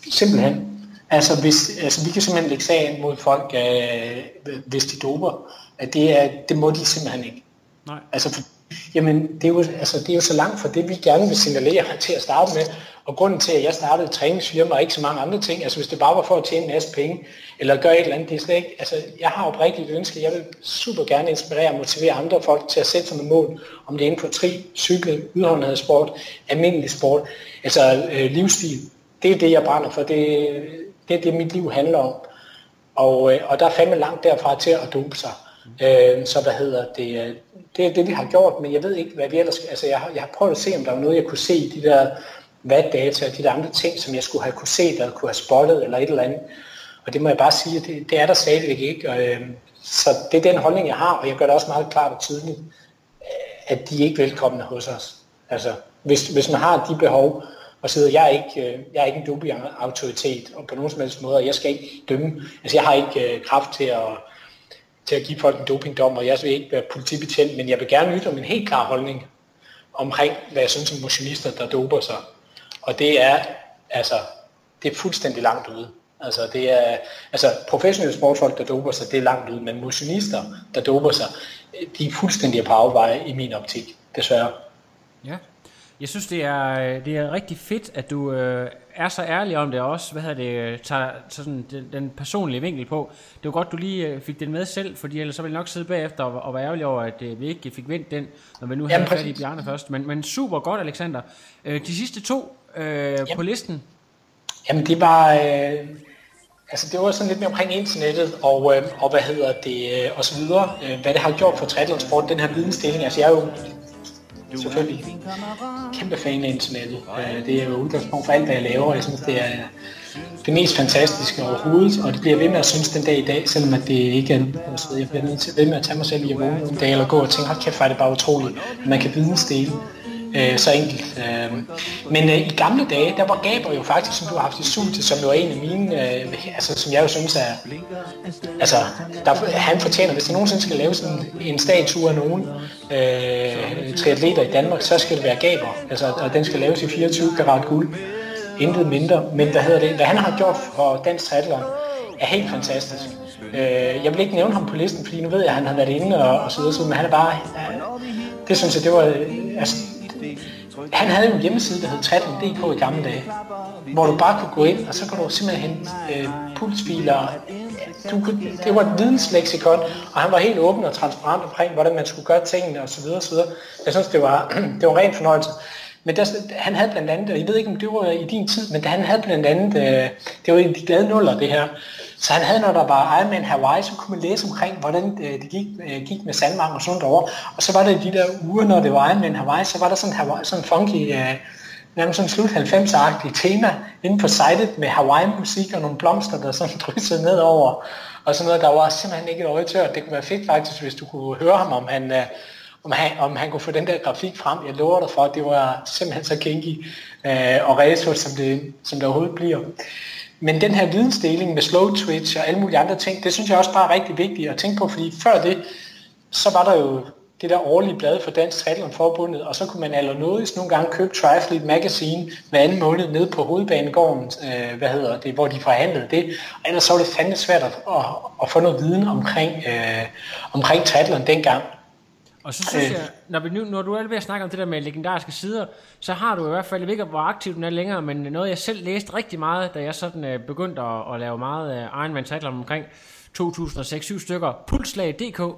Simpelthen. Altså, hvis, altså vi kan simpelthen lægge sagen mod folk, øh, hvis de doper. at det, er, det må de simpelthen ikke. Nej. Altså, for, jamen, det er, jo, altså, det er jo så langt fra det, vi gerne vil signalere til at starte med. Og grunden til, at jeg startede et træningsfirma og ikke så mange andre ting, altså hvis det bare var for at tjene en masse penge, eller gøre et eller andet, det er slet ikke, altså jeg har oprigtigt ønske, jeg vil super gerne inspirere og motivere andre folk til at sætte sig nogle mål, om det er inden for tri, cykel, udholdenhedssport, almindelig sport, altså øh, livsstil. Det er det, jeg brænder for, det, det er det, mit liv handler om. Og, øh, og der er fandme langt derfra til at dope sig. Øh, så hvad hedder det, det er det, vi har gjort, men jeg ved ikke, hvad vi ellers, altså jeg har, jeg har prøvet at se, om der var noget, jeg kunne se i de der wattdata og de der andre ting, som jeg skulle have kunne se, eller kunne have spottet, eller et eller andet. Og det må jeg bare sige, at det, det er der stadigvæk ikke. Og, øh, så det er den holdning, jeg har, og jeg gør det også meget klart og tydeligt, at de er ikke velkomne hos os. Altså, hvis, hvis man har de behov, og sidder, jeg er ikke, øh, jeg er ikke en doping-autoritet, og på nogen som helst måde, og jeg skal ikke dømme. Altså, jeg har ikke øh, kraft til at, til at give folk en dopingdom, og jeg vil ikke være politibetjent, men jeg vil gerne ytre min helt klare holdning omkring, hvad jeg synes om motionister, der doper sig. Og det er, altså, det er fuldstændig langt ude. Altså, det er, altså, professionelle sportsfolk, der doper sig, det er langt ude, men motionister, der doper sig, de er fuldstændig på afveje i min optik, desværre. Ja. Jeg synes, det er, det er rigtig fedt, at du øh, er så ærlig om det også. Hvad hedder det, tager sådan den, den personlige vinkel på. Det var godt, du lige øh, fik den med selv, fordi ellers så ville jeg nok sidde bagefter og, og være ærgerlig over, at øh, vi ikke fik vendt den, når vi nu havde fat i Bjarne først. Men, men super godt, Alexander. Øh, de sidste to øh, på listen? Jamen, det var... Øh, altså, det var sådan lidt mere omkring internettet, og, øh, og hvad hedder det, øh, og så videre. Øh, hvad det har gjort for triathlonsport, den her vidensdeling. Altså, jeg er jo selvfølgelig kæmpe fan af internettet. Det er jo udgangspunkt for alt, hvad jeg laver. Jeg synes, det er det mest fantastiske overhovedet, og det bliver ved med at synes den dag i dag, selvom at det ikke er, altså, jeg bliver nødt til ved med at tage mig selv i at vågne en dag eller gå og tænke, hold kæft, det er bare utroligt, at man kan vidensdele øh, så enkelt. Øh. Men øh, i gamle dage, der var Gaber jo faktisk, som du har haft i studiet, som jo er en af mine, øh, altså som jeg jo synes er, altså der, han fortjener, hvis der nogensinde skal lave sådan en statue af nogen øh, triatleter i Danmark, så skal det være Gaber, altså, og den skal laves i fireogtyve karat guld, intet mindre, men hvad hedder det, hvad han har gjort for dansk triathlon, er helt fantastisk. Øh, jeg vil ikke nævne ham på listen, fordi nu ved jeg, at han har været inde og, og så videre, men han er bare, øh, det synes jeg, det var, øh, altså, han havde jo en hjemmeside, der hed triathlon punktum d k i gamle dage, hvor du bare kunne gå ind, og så kunne du simpelthen hente øh, pulsfiler. Du kunne, det var et vidensleksikon, og han var helt åben og transparent omkring, hvordan man skulle gøre tingene osv. osv. Jeg synes, det var, det var en ren fornøjelse. Men der, han havde blandt andet, og jeg ved ikke, om det var i din tid, men han havde blandt andet, øh, det var i de glade nuller, det her. Så han havde, når der var Ironman Hawaii, så kunne man læse omkring, hvordan øh, det gik, øh, gik med sandmarken og sådan derovre. Og så var der i de der uger, når det var Ironman Hawaii, så var der sådan Hawaii, sådan funky, øh, nærmest sådan slut halvfems-agtigt tema inde på sitet med Hawaii-musik og nogle blomster, der sådan dryssede nedover. Og sådan noget, der var simpelthen ikke et øje tørt. Det kunne være fedt faktisk, hvis du kunne høre ham, om han... Øh, Om han, om han kunne få den der grafik frem. Jeg lover dig for, at det var simpelthen så kinky øh, og ræsort, som det, som det overhovedet bliver. Men den her vidensdeling med slow twitch og alle mulige andre ting, det synes jeg også bare er rigtig vigtigt at tænke på, fordi før det, så var der jo det der årlige blad for Dansk Triathlon-forbundet, og så kunne man allernådigst nogle gange købe Triathlete Magazine hver anden måned nede på Hovedbanegården, øh, hvad hedder det, hvor de forhandlede det. Og ellers så var det fandme svært at, at, at få noget viden omkring, øh, omkring triathlon dengang. Og så synes jeg, når, vi nu, når du er ved at snakke om det der med legendariske sider, så har du i hvert fald, jeg ved ikke, hvor aktiv den er længere, men noget jeg selv læste rigtig meget, da jeg sådan øh, begyndte at, at lave meget øh, Ironman triathlon omkring to tusind og seks syv stykker, pulslag punktum d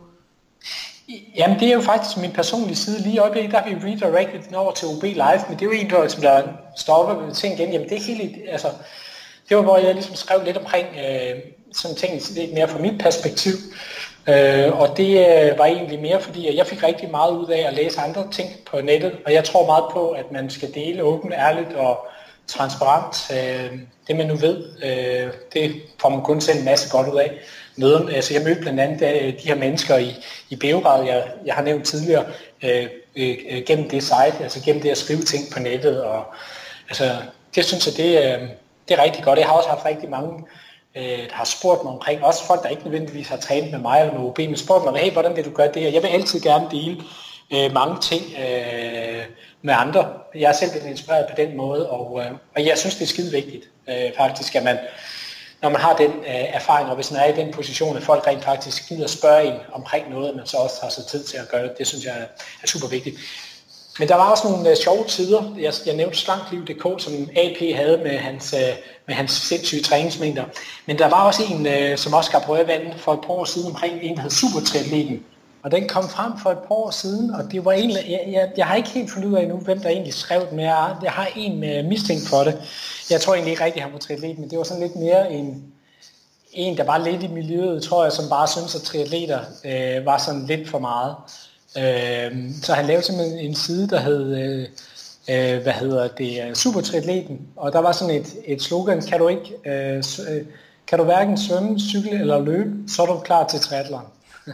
k. Jamen det er jo faktisk min personlige side. Lige i øjeblikket, der har vi redirected den over til O B Live, men det er jo en, der, som der stopper med ting igen. Jamen det er helt, altså, det var hvor jeg ligesom skrev lidt omkring øh, sådan ting lidt mere fra mit perspektiv. Øh, og det øh, var egentlig mere fordi, at jeg fik rigtig meget ud af at læse andre ting på nettet, og jeg tror meget på, at man skal dele åbent, ærligt og transparent. Øh, det man nu ved, øh, det får man kun selv en masse godt ud af. Møden, altså jeg mødte blandt andet øh, de her mennesker i, i Beograd, jeg, jeg har nævnt tidligere, øh, øh, gennem det site, altså gennem det at skrive ting på nettet. Og, altså, det synes jeg, det, øh, det er rigtig godt. Jeg har også haft rigtig mange der har spurgt mig omkring, også folk, der ikke nødvendigvis har trænet med mig eller med O B, men spurgt mig, hey, hvordan vil du gøre det her? Jeg vil altid gerne dele øh, mange ting øh, med andre. Jeg er selv blevet inspireret på den måde, og, øh, og jeg synes, det er skide vigtigt, øh, faktisk, at man, når man har den øh, erfaring, og hvis man er i den position, at folk rent faktisk gider spørge en omkring noget, man så også har sig tid til at gøre det, det synes jeg er, er super vigtigt. Men der var også nogle øh, sjove tider. Jeg, jeg nævnte slankliv punktum d k, som A P havde med hans, øh, med hans sindssyge træningsmængder. Men der var også en, øh, som Oscar Brødvand for et par år siden omkring en, der hed Supertriatleten. Og den kom frem for et par år siden, og det var egentlig, jeg, jeg, jeg har ikke helt fundet ud af nu, hvem der egentlig skrev den, men jeg, jeg har en med mistænkt for det. Jeg tror egentlig ikke rigtigt, han var triatlet, men det var sådan lidt mere en, en der var lidt i miljøet, tror jeg, som bare synes, at triatleter øh, var sådan lidt for meget. Øh, så han lavede simpelthen en side, der hed, øh, øh, hvad hedder det, Supertriatleten, og der var sådan et, et slogan, kan du ikke, øh, kan du hverken svømme, cykle eller løbe, så er du klar til triathlon.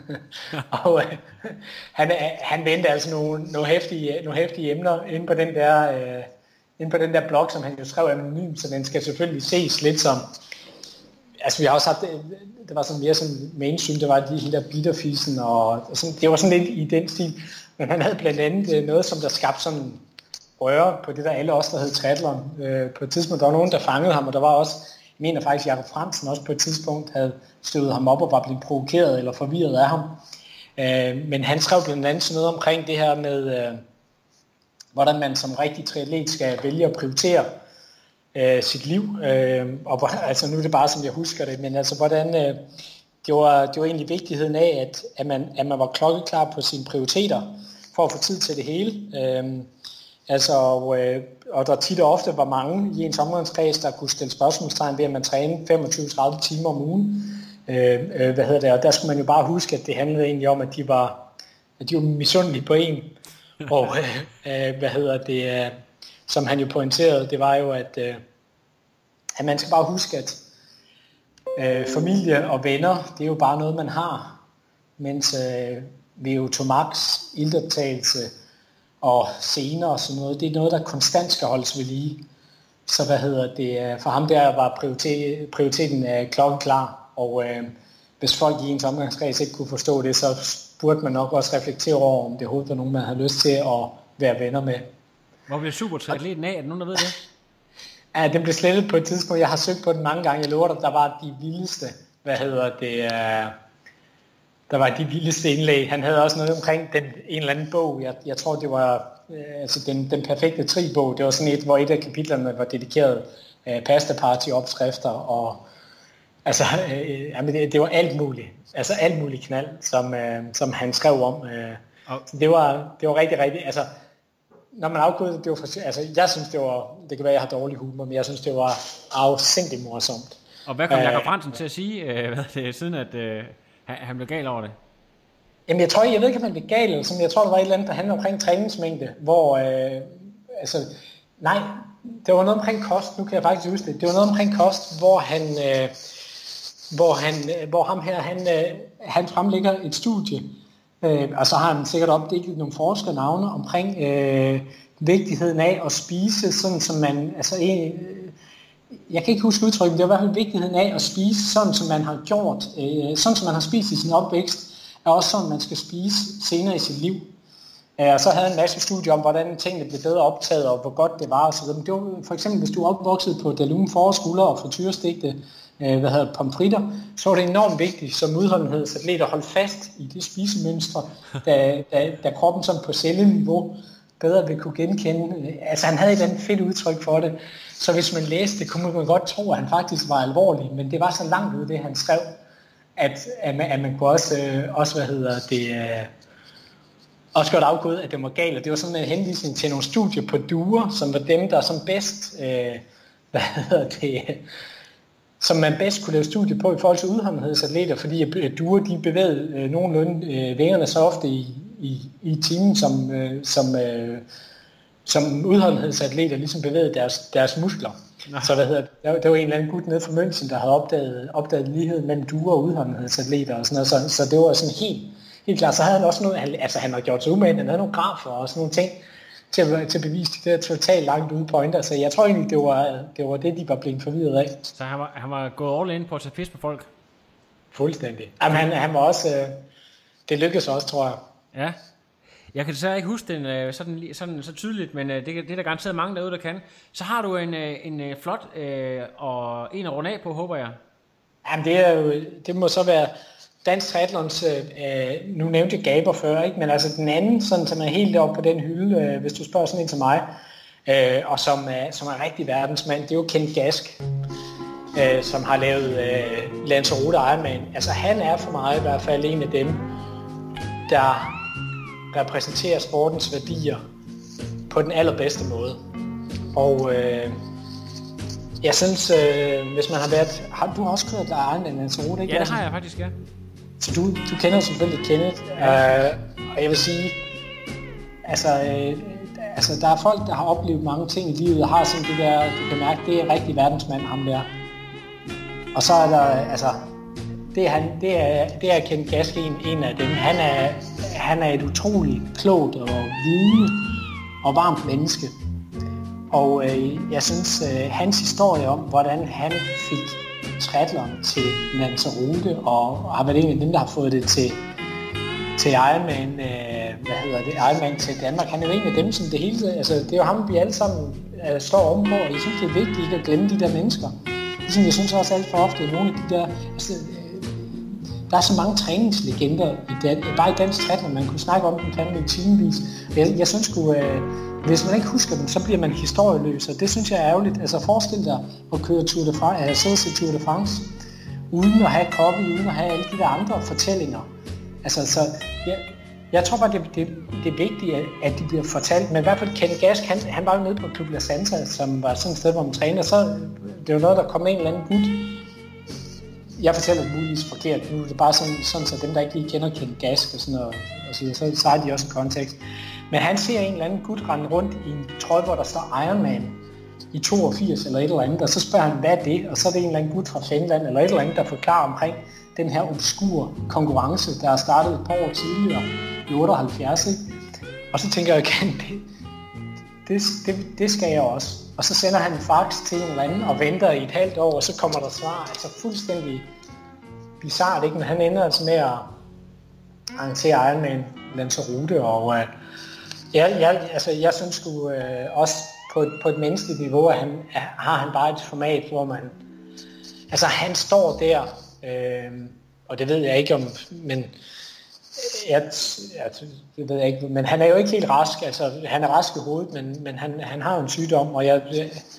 og øh, han, han vendte altså nogle, nogle, heftige, nogle heftige emner inde på den der øh, inde på den der blog, som han jo skrev anonymt, så den skal selvfølgelig ses lidt som, altså vi har også haft, det, det var sådan mere sådan mainstream, det var de her bitterfisen, og, og sådan, det var sådan lidt i den stil, men han havde blandt andet noget, som der skabte sådan røre på det der alle os, der hed triathlon øh, på et tidspunkt. Der var nogen, der fangede ham, og der var også, jeg mener faktisk, Jakob Fransen også på et tidspunkt havde støvet ham op og var blevet provokeret eller forvirret af ham. Øh, men han skrev blandt andet sådan noget omkring det her med, øh, hvordan man som rigtig triatlet skal vælge at prioritere øh, sit liv. Øh, og hvor, altså nu er det bare, som jeg husker det, men altså hvordan, øh, det, var, det var egentlig vigtigheden af, at, at, man, at man var klokkeklar på sine prioriteter, for at få tid til det hele. Øh, Altså, og, øh, og der tit og ofte var mange i ens omgangskreds, der kunne stille spørgsmålstegn ved, at man trænede femogtyve til tredive timer om ugen. Øh, øh, hvad hedder det? Og der skulle man jo bare huske, at det handlede egentlig om, at de var, at de var misundelige på en. Og øh, øh, hvad hedder det? Øh, som han jo pointerede, det var jo, at, øh, at man skal bare huske, at øh, familie og venner, det er jo bare noget, man har. Mens øh, V O to max, iltoptagelse og senere og sådan noget, det er noget, der konstant skal holdes ved lige. Så hvad hedder det, for ham der var prioritet, prioriteten af klokkeklar, og øh, hvis folk i ens omgangskreds ikke kunne forstå det, så burde man nok også reflektere over, om det overhovedet var nogen, man havde lyst til at være venner med. Hvor bliver Supertriatleten af? Er der nogen, der ved det? Ja, den blev slettet på et tidspunkt. Jeg har søgt på den mange gange. Jeg lover dig, der var de vildeste, hvad hedder det, øh, der var de vildeste indlæg. Han havde også noget omkring den, en eller anden bog. Jeg, jeg tror, det var øh, altså den, den perfekte tri-bog. Det var sådan et, hvor et af kapitlerne var dedikeret øh, pasta party opskrifter, og altså, øh, jamen det, det var alt muligt. Altså alt muligt knald, som, øh, som han skrev om. Øh. Oh. Det var, det var rigtig, rigtig, altså når man afkodede, det var for, altså jeg synes, det var, det kan være, jeg har dårlig humor, men jeg synes, det var afsindigt morsomt. Og hvad kom Jakob Fransen til at sige, øh, hvad det, siden at øh, han blev gal over det? Jamen jeg tror ikke, jeg ved ikke, om han blev gal, eller sådan, jeg tror, der var et eller andet, der handler omkring træningsmængde, hvor, øh, altså, nej, det var noget omkring kost, nu kan jeg faktisk huske det, det var noget omkring kost, hvor han, øh, hvor han, øh, hvor ham her, han, øh, han fremlægger et studie, øh, og så har han sikkert opdækket nogle forskernavne omkring øh, vigtigheden af at spise, sådan som man, altså, øh, jeg kan ikke huske udtrykket, men det var i hvert fald vigtigheden af at spise sådan, som man har gjort, øh, sådan som man har spist i sin opvækst, er også sådan, man skal spise senere i sit liv. Øh, og så havde han en masse studier om, hvordan tingene blev bedre optaget, og hvor godt det var, og så videre. Men det var for eksempel, hvis du er opvokset på Dalum forårskulder og frityrestegte, øh, hvad hedder pomfritter, så var det enormt vigtigt som udholdenhedsatlet at holde fast i det spisemønstre, da, da, da kroppen sådan på celleniveau bedre vil kunne genkende. Altså han havde et eller andet fedt udtryk for det. Så hvis man læste det, kunne man godt tro, at han faktisk var alvorlig, men det var så langt ud det, han skrev, at, at, man, at man kunne også, øh, også hvad hedder det, øh, også godt afgået, at det var galt. Og det var sådan en henvisning til nogle studier på duer, som var dem, der som bedst, øh, hvad hedder det, som man bedst kunne lave studier på i forhold til udholdenhedsatleter, fordi duer, de bevægede øh, nogenlunde øh, vingerne så ofte i, i, i timen, som, øh, som, øh, som udholdenhedsatleter ligesom bevægede deres, deres muskler. Nej. Så hvad hedder det? Der, der var en eller anden gut nede fra München, der havde opdaget, opdaget lighed mellem duer og udholdenhedsatleter og sådan noget, så, så det var sådan helt, helt klart. Så havde han også noget, han, altså han har gjort sig umænd, han havde nogle grafer og sådan nogle ting til at, til at bevise de der totalt langt ude pointer, så jeg tror egentlig, det var det, var det de var blevet forvirret af. Så han var, han var gået all in på at tage fisk på folk? Fuldstændig. Jamen han, han var også, øh, det lykkedes også, tror jeg. Ja. Jeg kan desværre ikke huske den øh, sådan, sådan, så tydeligt, men øh, det, det er der garanteret mange derude, der kan. Så har du en, øh, en øh, flot øh, og en at runde af på, håber jeg. Jamen, det, er jo, det må så være dansk triathlons, øh, nu nævnte jeg Gaber før, ikke? Men altså den anden, sådan, som er helt oppe på den hylde, øh, hvis du spørger sådan en til mig, øh, og som er, som er rigtig verdensmand, det er jo Ken Gask, øh, som har lavet øh, Lanzarote Ironman. Altså han er for mig i hvert fald en af dem, der repræsenterer sportens værdier på den allerbedste måde. Og øh, jeg synes, øh, hvis man har været... Har du også kørt Ironman Lanzarote, ikke? Ja, det har jeg faktisk, ja. Så du, du kender selvfølgelig Kenneth, ja. øh, og jeg vil sige, altså, øh, altså der er folk, der har oplevet mange ting i livet, og har sådan det der, du kan mærke, det er rigtig verdensmand, ham der. Og så er der, altså, det er, han, det er, det er Ken Gask en, en af dem. Han er, han er et utroligt klogt og vidende og varmt menneske. Og øh, jeg synes, øh, hans historie om, hvordan han fik triathlon til Lanzarote, og har været en af dem, der har fået det til, til Ironman, øh, hvad hedder det, Ironman til Danmark. Han er jo en af dem, som det hele, altså det er jo ham, vi alle sammen øh, står ovenpå, og jeg synes, det er vigtigt ikke at glemme de der mennesker. Ligesom jeg synes også alt for ofte, at nogle af de der, altså, øh, der er så mange træningslegender, i dan, bare i dansk triathlon, man kunne snakke om den fandme i timevis. Jeg, jeg synes sgu, øh, hvis man ikke husker dem, så bliver man historieløs, og det synes jeg er ærgerligt. Altså forestil dig at køre Tour de France, at sidde til Tour de France, uden at have copy, uden at have alle de der andre fortællinger. Altså, så jeg, jeg tror bare, det, det, det er vigtigt, at de bliver fortalt. Men i hvert fald Ken Gask, han, han var jo nede på Club La Santa, som var sådan et sted, hvor man træner. Så det var noget, der kom en eller anden gut. Jeg fortæller det muligvis forkert. Nu er det bare sådan, sådan så dem, der ikke lige kender Ken Gask og sådan noget, og så, så, så har de også en kontekst. Men han ser en eller anden gut rende rundt i en trøje, hvor der står Ironman i toogfirs eller et eller andet, og så spørger han, hvad er det? Og så er det en eller anden gut fra Finland eller et eller andet, der forklarer omkring den her obskure konkurrence, der er startet et par år tidligere i otteoghalvfjerds. Ikke? Og så tænker jeg, kan det, det, det, det skal jeg også. Og så sender han en fax til en eller anden og venter i et halvt år, og så kommer der svar. Altså fuldstændig bizarrt, ikke? Men han ender altså med at arrangere Ironman Lanzarote, og uh, jeg, jeg, altså, jeg synes sgu uh, også på et, på et menneskeligt niveau, at han, at har han bare et format, hvor man, altså han står der, øh, og det ved jeg ikke om, men jeg, jeg, det ved jeg ikke, men han er jo ikke helt rask, altså han er rask i hovedet, men, men han, han har jo en sygdom, og jeg,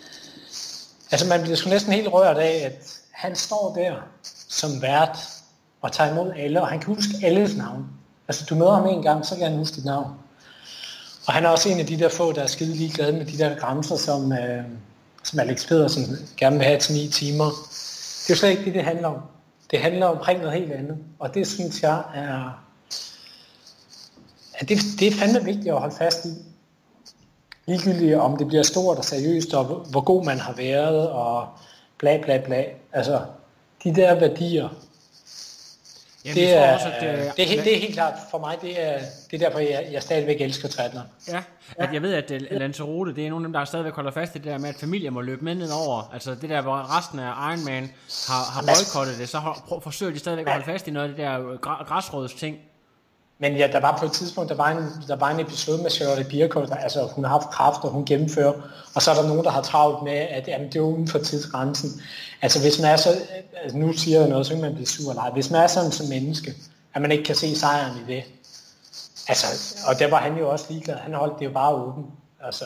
altså man bliver sgu næsten helt rørt af, at han står der som vært og tager imod alle, og han kan huske alles navn. Altså du møder ham en gang, så kan han huske dit navn. Og han er også en af de der få, der er skide ligeglade med de der grænser, som, øh, som Alex Pedersen gerne vil have til ni timer. Det er jo slet ikke det, det handler om. Det handler omkring noget helt andet. Og det synes jeg er... at det, det er fandme vigtigt at holde fast i. Ligegyldigt om det bliver stort og seriøst, og hvor god man har været, og bla bla bla. Altså, de der værdier... Jamen, det, er, også, at, øh, det, er, det er helt klart for mig, det er, det er derfor, jeg, jeg stadigvæk elsker triathlon. Ja, at jeg ved, at uh, Lanzarote, det er nogle af dem, der stadigvæk holder fast i det der med, at familier må løbe med nedover. Altså det der, hvor resten af Ironman har, har boykottet det, så har, forsøger de stadigvæk at holde fast i noget af det der gr- græsrådsting. Men ja, der var på et tidspunkt, der var en, der var en episode med Charlotte Birkow, der, altså hun har haft kræft, og hun gennemfører, og så er der nogen, der har travlt med, at jamen, det er uden for tidsgrænsen. Altså hvis man er så, altså, nu siger jeg noget, så kan man blive sur eller ej. Hvis man er sådan som menneske, at man ikke kan se sejren i det, altså, og der var han jo også ligeglad, han holdt det jo bare åben, altså.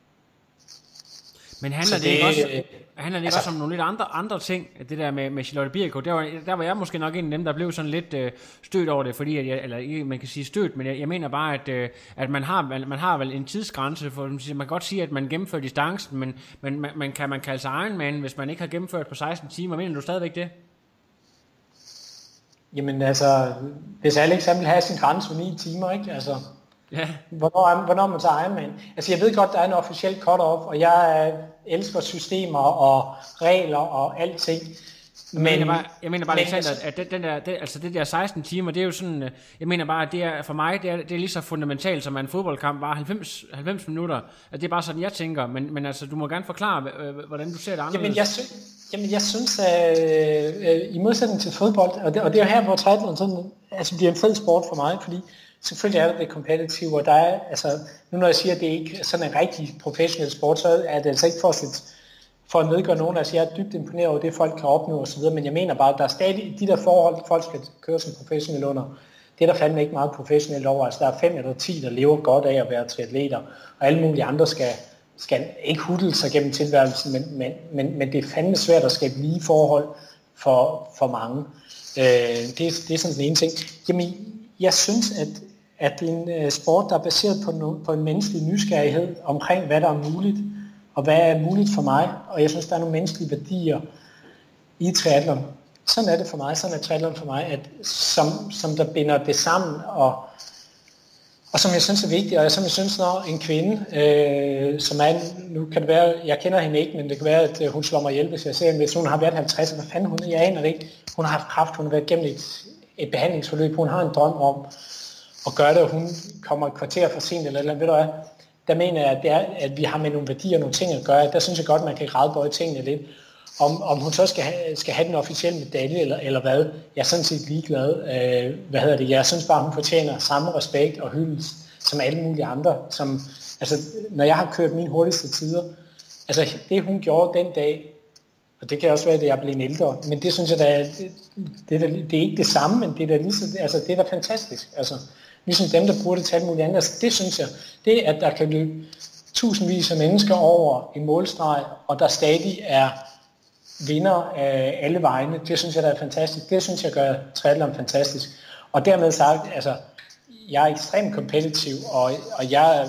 Men handler det, det ikke også, handler det ikke altså, også om nogle lidt andre, andre ting, det der med, med Charlotte Birkow? Der var, der var jeg måske nok en af dem, der blev sådan lidt øh, stødt over det, fordi, at jeg, eller ikke, man kan sige stødt, men jeg, jeg mener bare, at, øh, at man, har, man, man har vel en tidsgrænse, for man kan godt sige, at man gennemfører distancen, men, men man, man kan man kalde sig Ironman, hvis man ikke har gennemført på seksten timer. Mener du stadigvæk det? Jamen altså, hvis Alex vil have sin grænse på ni timer, ikke? Altså... Ja. Hvornår, hvornår man tager Ironman. Altså jeg ved godt, der er en officiel cut-off, og jeg elsker systemer og regler og alting. Men jeg mener bare, jeg mener bare men, Alexander, at det, den der, det, altså det der seksten timer, det er jo sådan, jeg mener bare, at det er for mig, det er, det er lige så fundamentalt som en fodboldkamp, bare halvfems, halvfems minutter. At det er bare sådan, jeg tænker, men, men altså, du må gerne forklare, hvordan du ser det anderledes. Jamen jeg, sy- jamen, jeg synes, at øh, i modsætning til fodbold, og det, og det er her, hvor triathlon sådan, altså bliver en fed sport for mig, fordi selvfølgelig er det det competitive, og der er, altså, nu når jeg siger, at det ikke sådan en rigtig professionel sport, så er det altså ikke for at sætte, for at nedgøre nogen. Altså jeg er dybt imponeret over det, folk kan opnå osv., men jeg mener bare, at der er stadig de der forhold, folk skal køre som professionelle under. Det er der fandme ikke meget professionelt over. Altså der er fem eller ti, der lever godt af at være triatleter, og alle mulige andre skal, skal ikke hudle sig gennem tilværelsen, men, men, men, men det er fandme svært at skabe lige forhold for, for mange. Øh, det, det er sådan den ene ting. Jamen, jeg synes, at, at det er en sport, der er baseret på, no, på en menneskelig nysgerrighed omkring, hvad der er muligt, og hvad er muligt for mig. Og jeg synes, der er nogle menneskelige værdier i triathlon. Sådan er det for mig, sådan er triathlon for mig, at som, som der binder det sammen, og, og som jeg synes er vigtigt, og som jeg synes, når en kvinde, øh, som er, nu kan det være, jeg kender hende ikke, men det kan være, at hun slår mig ihjel, hvis jeg ser hende, hvis hun har været halvtreds, hvad fanden hun er, jeg aner det ikke. Hun har haft kræft, hun har været gennem et, et behandlingsforløb, hun har en drøm om at gøre det, og hun kommer et kvarter for sent, eller eller ved du hvad, der mener jeg, at, det er, at vi har med nogle værdier og nogle ting at gøre, der synes jeg godt, man kan gradbøje tingene lidt. Om, om hun så skal have, skal have den officielle medalje, eller, eller hvad, jeg er sådan set ligeglad. Øh, hvad hedder det? Jeg synes bare, hun fortjener samme respekt og hyldest som alle mulige andre. Som, altså, når jeg har kørt mine hurtigste tider, altså det hun gjorde den dag, og det kan også være, at jeg blev ældre, men det synes jeg, da, det, det, det, det er ikke det samme, men det er da, ligesom, altså, det er da fantastisk. Altså, ligesom dem, der bruger det til alt muligt andet. Altså, det synes jeg, det at der kan løbe tusindvis af mennesker over en målstreg, og der stadig er vinder af alle vegne, det synes jeg, der er fantastisk. Det synes jeg gør triathlon fantastisk. Og dermed sagt, altså, jeg er ekstremt kompetitiv, og, og jeg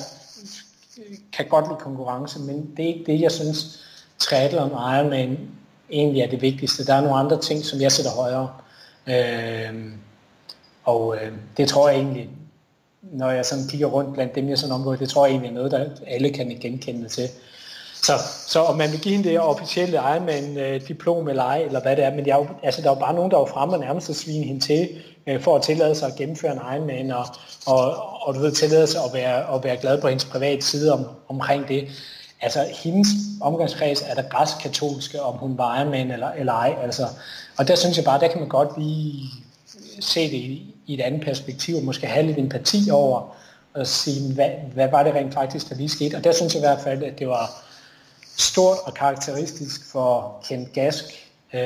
kan godt lide konkurrence, men det er ikke det, jeg synes, triathlon og Ironman egentlig er det vigtigste. Der er nogle andre ting, som jeg sætter højere. Øh, og øh, det tror jeg egentlig, når jeg sådan kigger rundt blandt dem, jeg sådan omgår, det tror jeg egentlig er noget, der alle kan genkende til. Så, så om man vil give hende det officielle Ironman-diplom eller ej, eller hvad det er, men jeg, altså, der er jo bare nogen, der er fremme og nærmest at svine hende til, øh, for at tillade sig at gennemføre en Ironman, og, og, og du ved, tillade sig at være, at være glad på hendes private side om, omkring det. Altså, hendes omgangskreds er der græskatolske, om hun var Ironman eller, eller ej, altså. Og der synes jeg bare, der kan man godt lige se det i, i et andet perspektiv, og måske have lidt empati over, og sige, hvad, hvad var det rent faktisk, der lige skete. Og der synes jeg i hvert fald, at det var stort og karakteristisk for Kent Gask øh,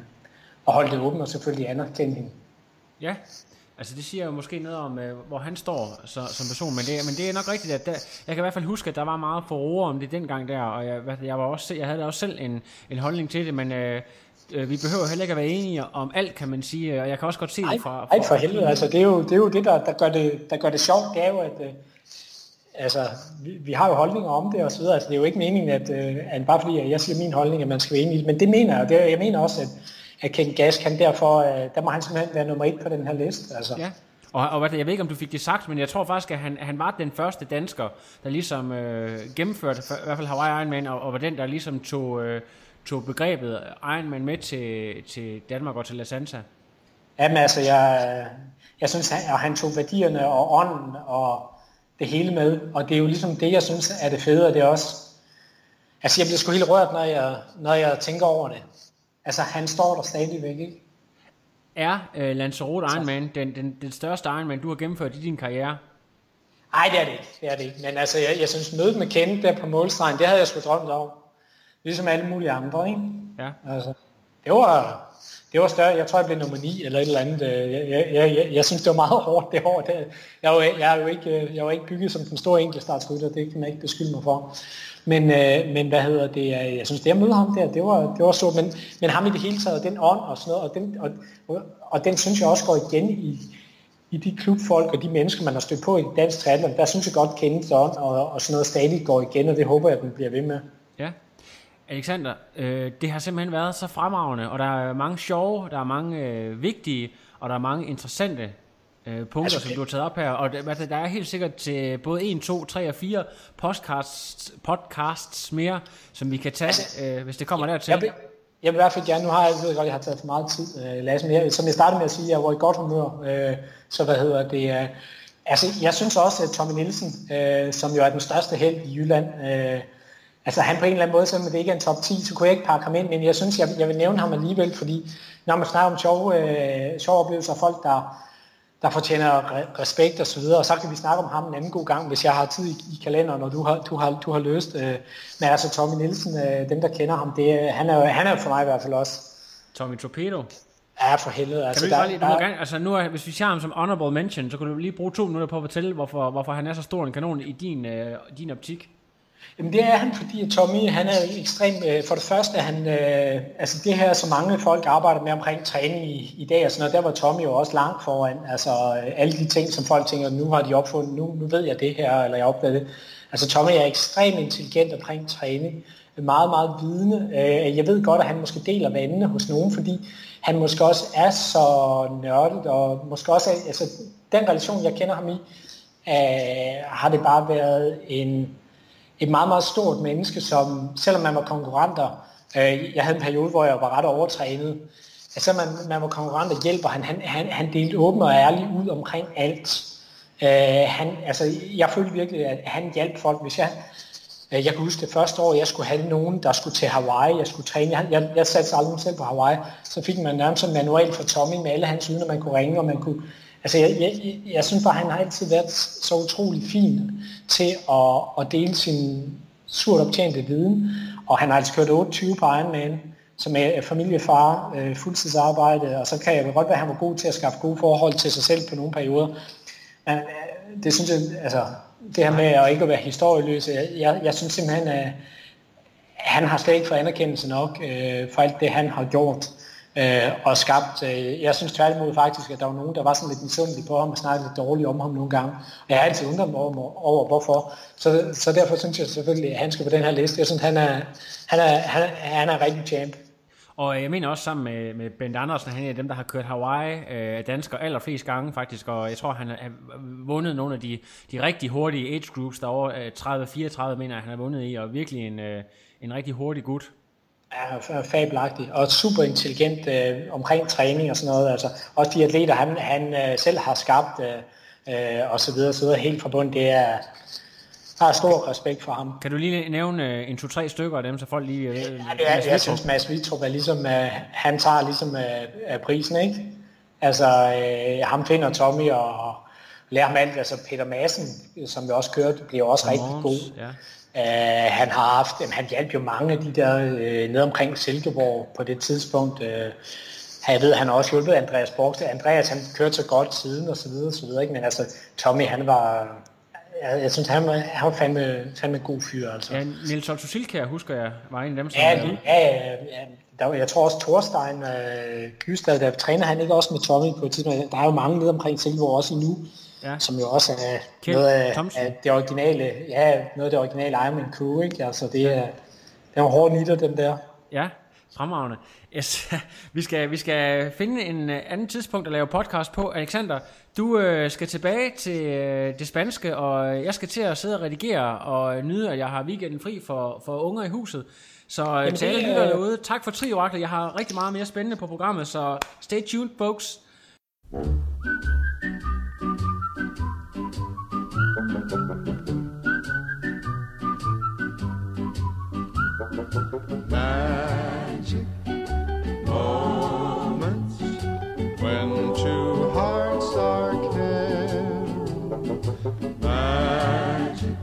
at holde det åbent og selvfølgelig anerkende hende. Ja, altså det siger jo måske noget om, øh, hvor han står så, som person, men det, men det er nok rigtigt, at der, jeg kan i hvert fald huske, at der var meget forroer om det dengang der, og jeg, jeg, var også, jeg havde også selv en, en holdning til det, men øh, øh, vi behøver heller ikke at være enige om alt, kan man sige, og jeg kan også godt se ej, det fra... Nej, for helvede, altså det er jo det, er jo det der, der, gør det, der gør det sjovt, det er jo, at... Øh, Altså, vi, vi har jo holdninger om det og så videre. Altså, det er jo ikke meningen, at, øh, at bare fordi jeg siger min holdning, at man skal være enig i det. Men det mener jeg. Det, jeg mener også, at, at Kent Gask, han derfor, øh, der må han simpelthen være nummer et på den her liste. Altså. Ja, og, og jeg ved ikke, om du fik det sagt, men jeg tror faktisk, at han, han var den første dansker, der ligesom øh, gennemførte, for, i hvert fald Hawaii Ironman, og, og var den, der ligesom tog, øh, tog begrebet Ironman med til, til Danmark og til La Santa. Jamen altså, jeg, jeg synes, han, og han tog værdierne og ånden og det hele med, og det er jo ligesom det, jeg synes er det fede, og det er også, altså jeg bliver sgu helt rørt, når jeg, når jeg tænker over det. Altså han står der stadigvæk, ikke? Er uh, Lanzarote Ironman den, den, den største Ironman, du har gennemført i din karriere? Nej, det er det ikke, det er det ikke, men altså jeg, jeg synes mødet med Kent der på målstregen, det havde jeg sgu drømt om, ligesom alle mulige andre, ikke? Ja. Altså, det var... Det var større. Jeg tror, jeg blev nummer ni eller et eller andet. Jeg, jeg, jeg, jeg, jeg synes, det var meget hårdt det år. Jeg var, jeg er jo ikke, jeg var ikke bygget som den store enkeltstartsrytter. Det kan man ikke beskylde mig for. Men, men hvad hedder det? Jeg synes, det at møde ham der, det var, det var stort. Men, men ham i det hele taget, den ånd og sådan noget, og den, og, og, og den synes jeg også går igen i, i de klubfolk og de mennesker, man har stødt på i dansk triathlon. Der synes jeg godt, Kenneths ånd og, og sådan noget stadig går igen, og det håber jeg, at den bliver ved med. Ja. Alexander, øh, det har simpelthen været så fremragende, og der er mange sjove, der er mange øh, vigtige, og der er mange interessante øh, punkter, altså, som du har taget op her. Og der, der er helt sikkert til både en, to, tre og fire podcasts, podcasts mere, som vi kan tage, altså, øh, hvis det kommer jeg, dertil. Jeg vil, jeg vil i hvert fald gerne, nu har jeg, jeg ved godt, jeg har taget for meget tid, øh, Lasse, men jeg, som jeg startede med at sige, jeg var i godt humør, øh, så hvad hedder det... Øh, altså, jeg synes også, at Tommy Nielsen, øh, som jo er den største held i Jylland, øh, altså han på en eller anden måde, selvom det ikke er en top ti, så kunne jeg ikke pakke ham ind, men jeg synes, jeg, jeg vil nævne ham alligevel, fordi når man snakker om sjove, øh, sjove oplevelser af folk, der, der fortjener re- respekt og så videre, og så kan vi snakke om ham en anden god gang, hvis jeg har tid i, i kalenderen, og du har, du har, du har løst. Øh, men altså Tommy Nielsen, øh, dem der kender ham, det, han, er, han er for mig i hvert fald også. Tommy Torpedo. Ja, for helvede. Altså, kan du, der, lige, du må gerne, altså nu er, hvis vi ser ham som honorable mention, så kan du lige bruge to minutter på at fortælle, hvorfor, hvorfor han er så stor en kanon i din, øh, din optik. Jamen det er han, fordi Tommy, han er ekstremt, øh, for det første er han, øh, altså det her, så mange folk arbejder med omkring træning i, i dag og sådan noget, der var Tommy jo også langt foran, altså øh, alle de ting, som folk tænker, nu har de opfundet, nu, nu ved jeg det her, eller jeg opdagede det. Altså Tommy er ekstremt intelligent omkring træning, meget, meget vidende. Øh, jeg ved godt, at han måske deler vandene hos nogen, fordi han måske også er så nørdet, og måske også, altså den relation, jeg kender ham i, øh, har det bare været en et meget, meget stort menneske, som selvom man var konkurrenter, øh, jeg havde en periode, hvor jeg var ret overtrænet, altså selvom man, man var konkurrenter, hjælper han, han, han, han delte åben og ærligt ud omkring alt. Øh, han, altså, jeg følte virkelig, at han hjalp folk, hvis jeg, øh, jeg kan huske det første år, jeg skulle have nogen, der skulle til Hawaii, jeg skulle træne, jeg, jeg, jeg satte aldrig selv på Hawaii, så fik man nærmest en manual fra Tommy med alle hans ydelser, man kunne ringe, og man kunne. Altså, jeg, jeg, jeg synes bare, at han har altid været så utrolig fin til at, at dele sin surt optjente viden. Og han har altså kørt otteogtyve på Ironman, som er familiefar, øh, fuldtidsarbejde, og så kan jeg godt være, at han var god til at skaffe gode forhold til sig selv på nogle perioder. Men øh, det synes jeg, altså, det her med at ikke at være historieløs, jeg, jeg, jeg synes simpelthen, at han har slet ikke fået anerkendelse nok øh, for alt det, han har gjort. Øh, og skabt, øh, jeg synes tværtimod faktisk, at der var nogen, der var sådan lidt misundelige på ham og snakkede lidt dårligt om ham nogle gange. Og jeg har altid undret mig over, over hvorfor. Så, så derfor synes jeg selvfølgelig, at han skal på den her liste. Jeg synes, han er, han er, han er, han er rigtig champ. Og jeg mener også sammen med, med Bent Andersen, han er dem, der har kørt Hawaii øh, danskere allerflest gange faktisk, og jeg tror, han har vundet nogle af de, de rigtig hurtige age groups, der over øh, tredive fireogtredive mener han har vundet i, og virkelig en, øh, en rigtig hurtig gut. Ja, fabelagtig og super intelligent øh, omkring træning og sådan noget. Altså, også de atleter, han, han øh, selv har skabt øh, øh, og så videre, så videre helt fra bunden, det er, har stor respekt for ham. Kan du lige nævne en to-tre stykker af dem, så folk lige... Øh, ja, det er, jeg synes, Mads Wittrup er ligesom, øh, han tager ligesom øh, prisen, ikke? Altså, øh, ham finder Tommy og, og lærer ham alt. Altså, Peter Madsen, som vi også kørte, bliver også Morgens, rigtig god. Ja. Uh, han har haft, um, han hjalp jo mange af de der uh, nede omkring Silkeborg på det tidspunkt. Uh, jeg ved, han har også hjulpet Andreas Borgstad. Andreas, han kørte så godt siden og så videre, og så videre, ikke? Men altså, Tommy, han var, jeg, jeg synes, han var, han var fandme, fandme god fyr, altså. Ja, Niels Otto Silkjær, husker jeg, var en af dem, som... Ja, ja, ja, der var, jeg tror også, Thorstein uh, Kystad, der træner han ikke også med Tommy på et tidspunkt. Der er jo mange nede omkring Silkeborg også endnu. Ja. Som jo også er Kjeld noget af, af det originale, ja, noget af det originale Ironman crew, ikke? Altså det er, det er hårdt nitter, dem der. Ja, fremragende. Yes. vi, skal, vi skal finde en anden tidspunkt at lave podcast på. Alexander, du øh, skal tilbage til øh, det spanske, og jeg skal til at sidde og redigere og nyde, at jeg har weekenden fri for, for unger i huset. Så Jamen, til alle lytter derude, tak for Triorakler. Jeg har rigtig meget mere spændende på programmet, så stay tuned, folks. Magic moments when two hearts are caring. Magic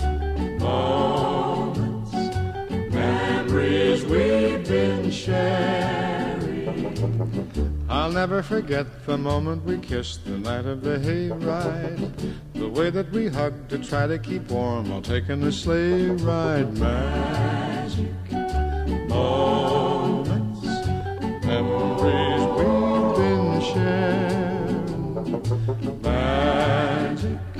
moments, memories we've been sharing. I'll never forget the moment we kissed the night of the hayride. The way that we hugged to try to keep warm while taking the sleigh ride. Magic moments, memories we've been sharing. Magic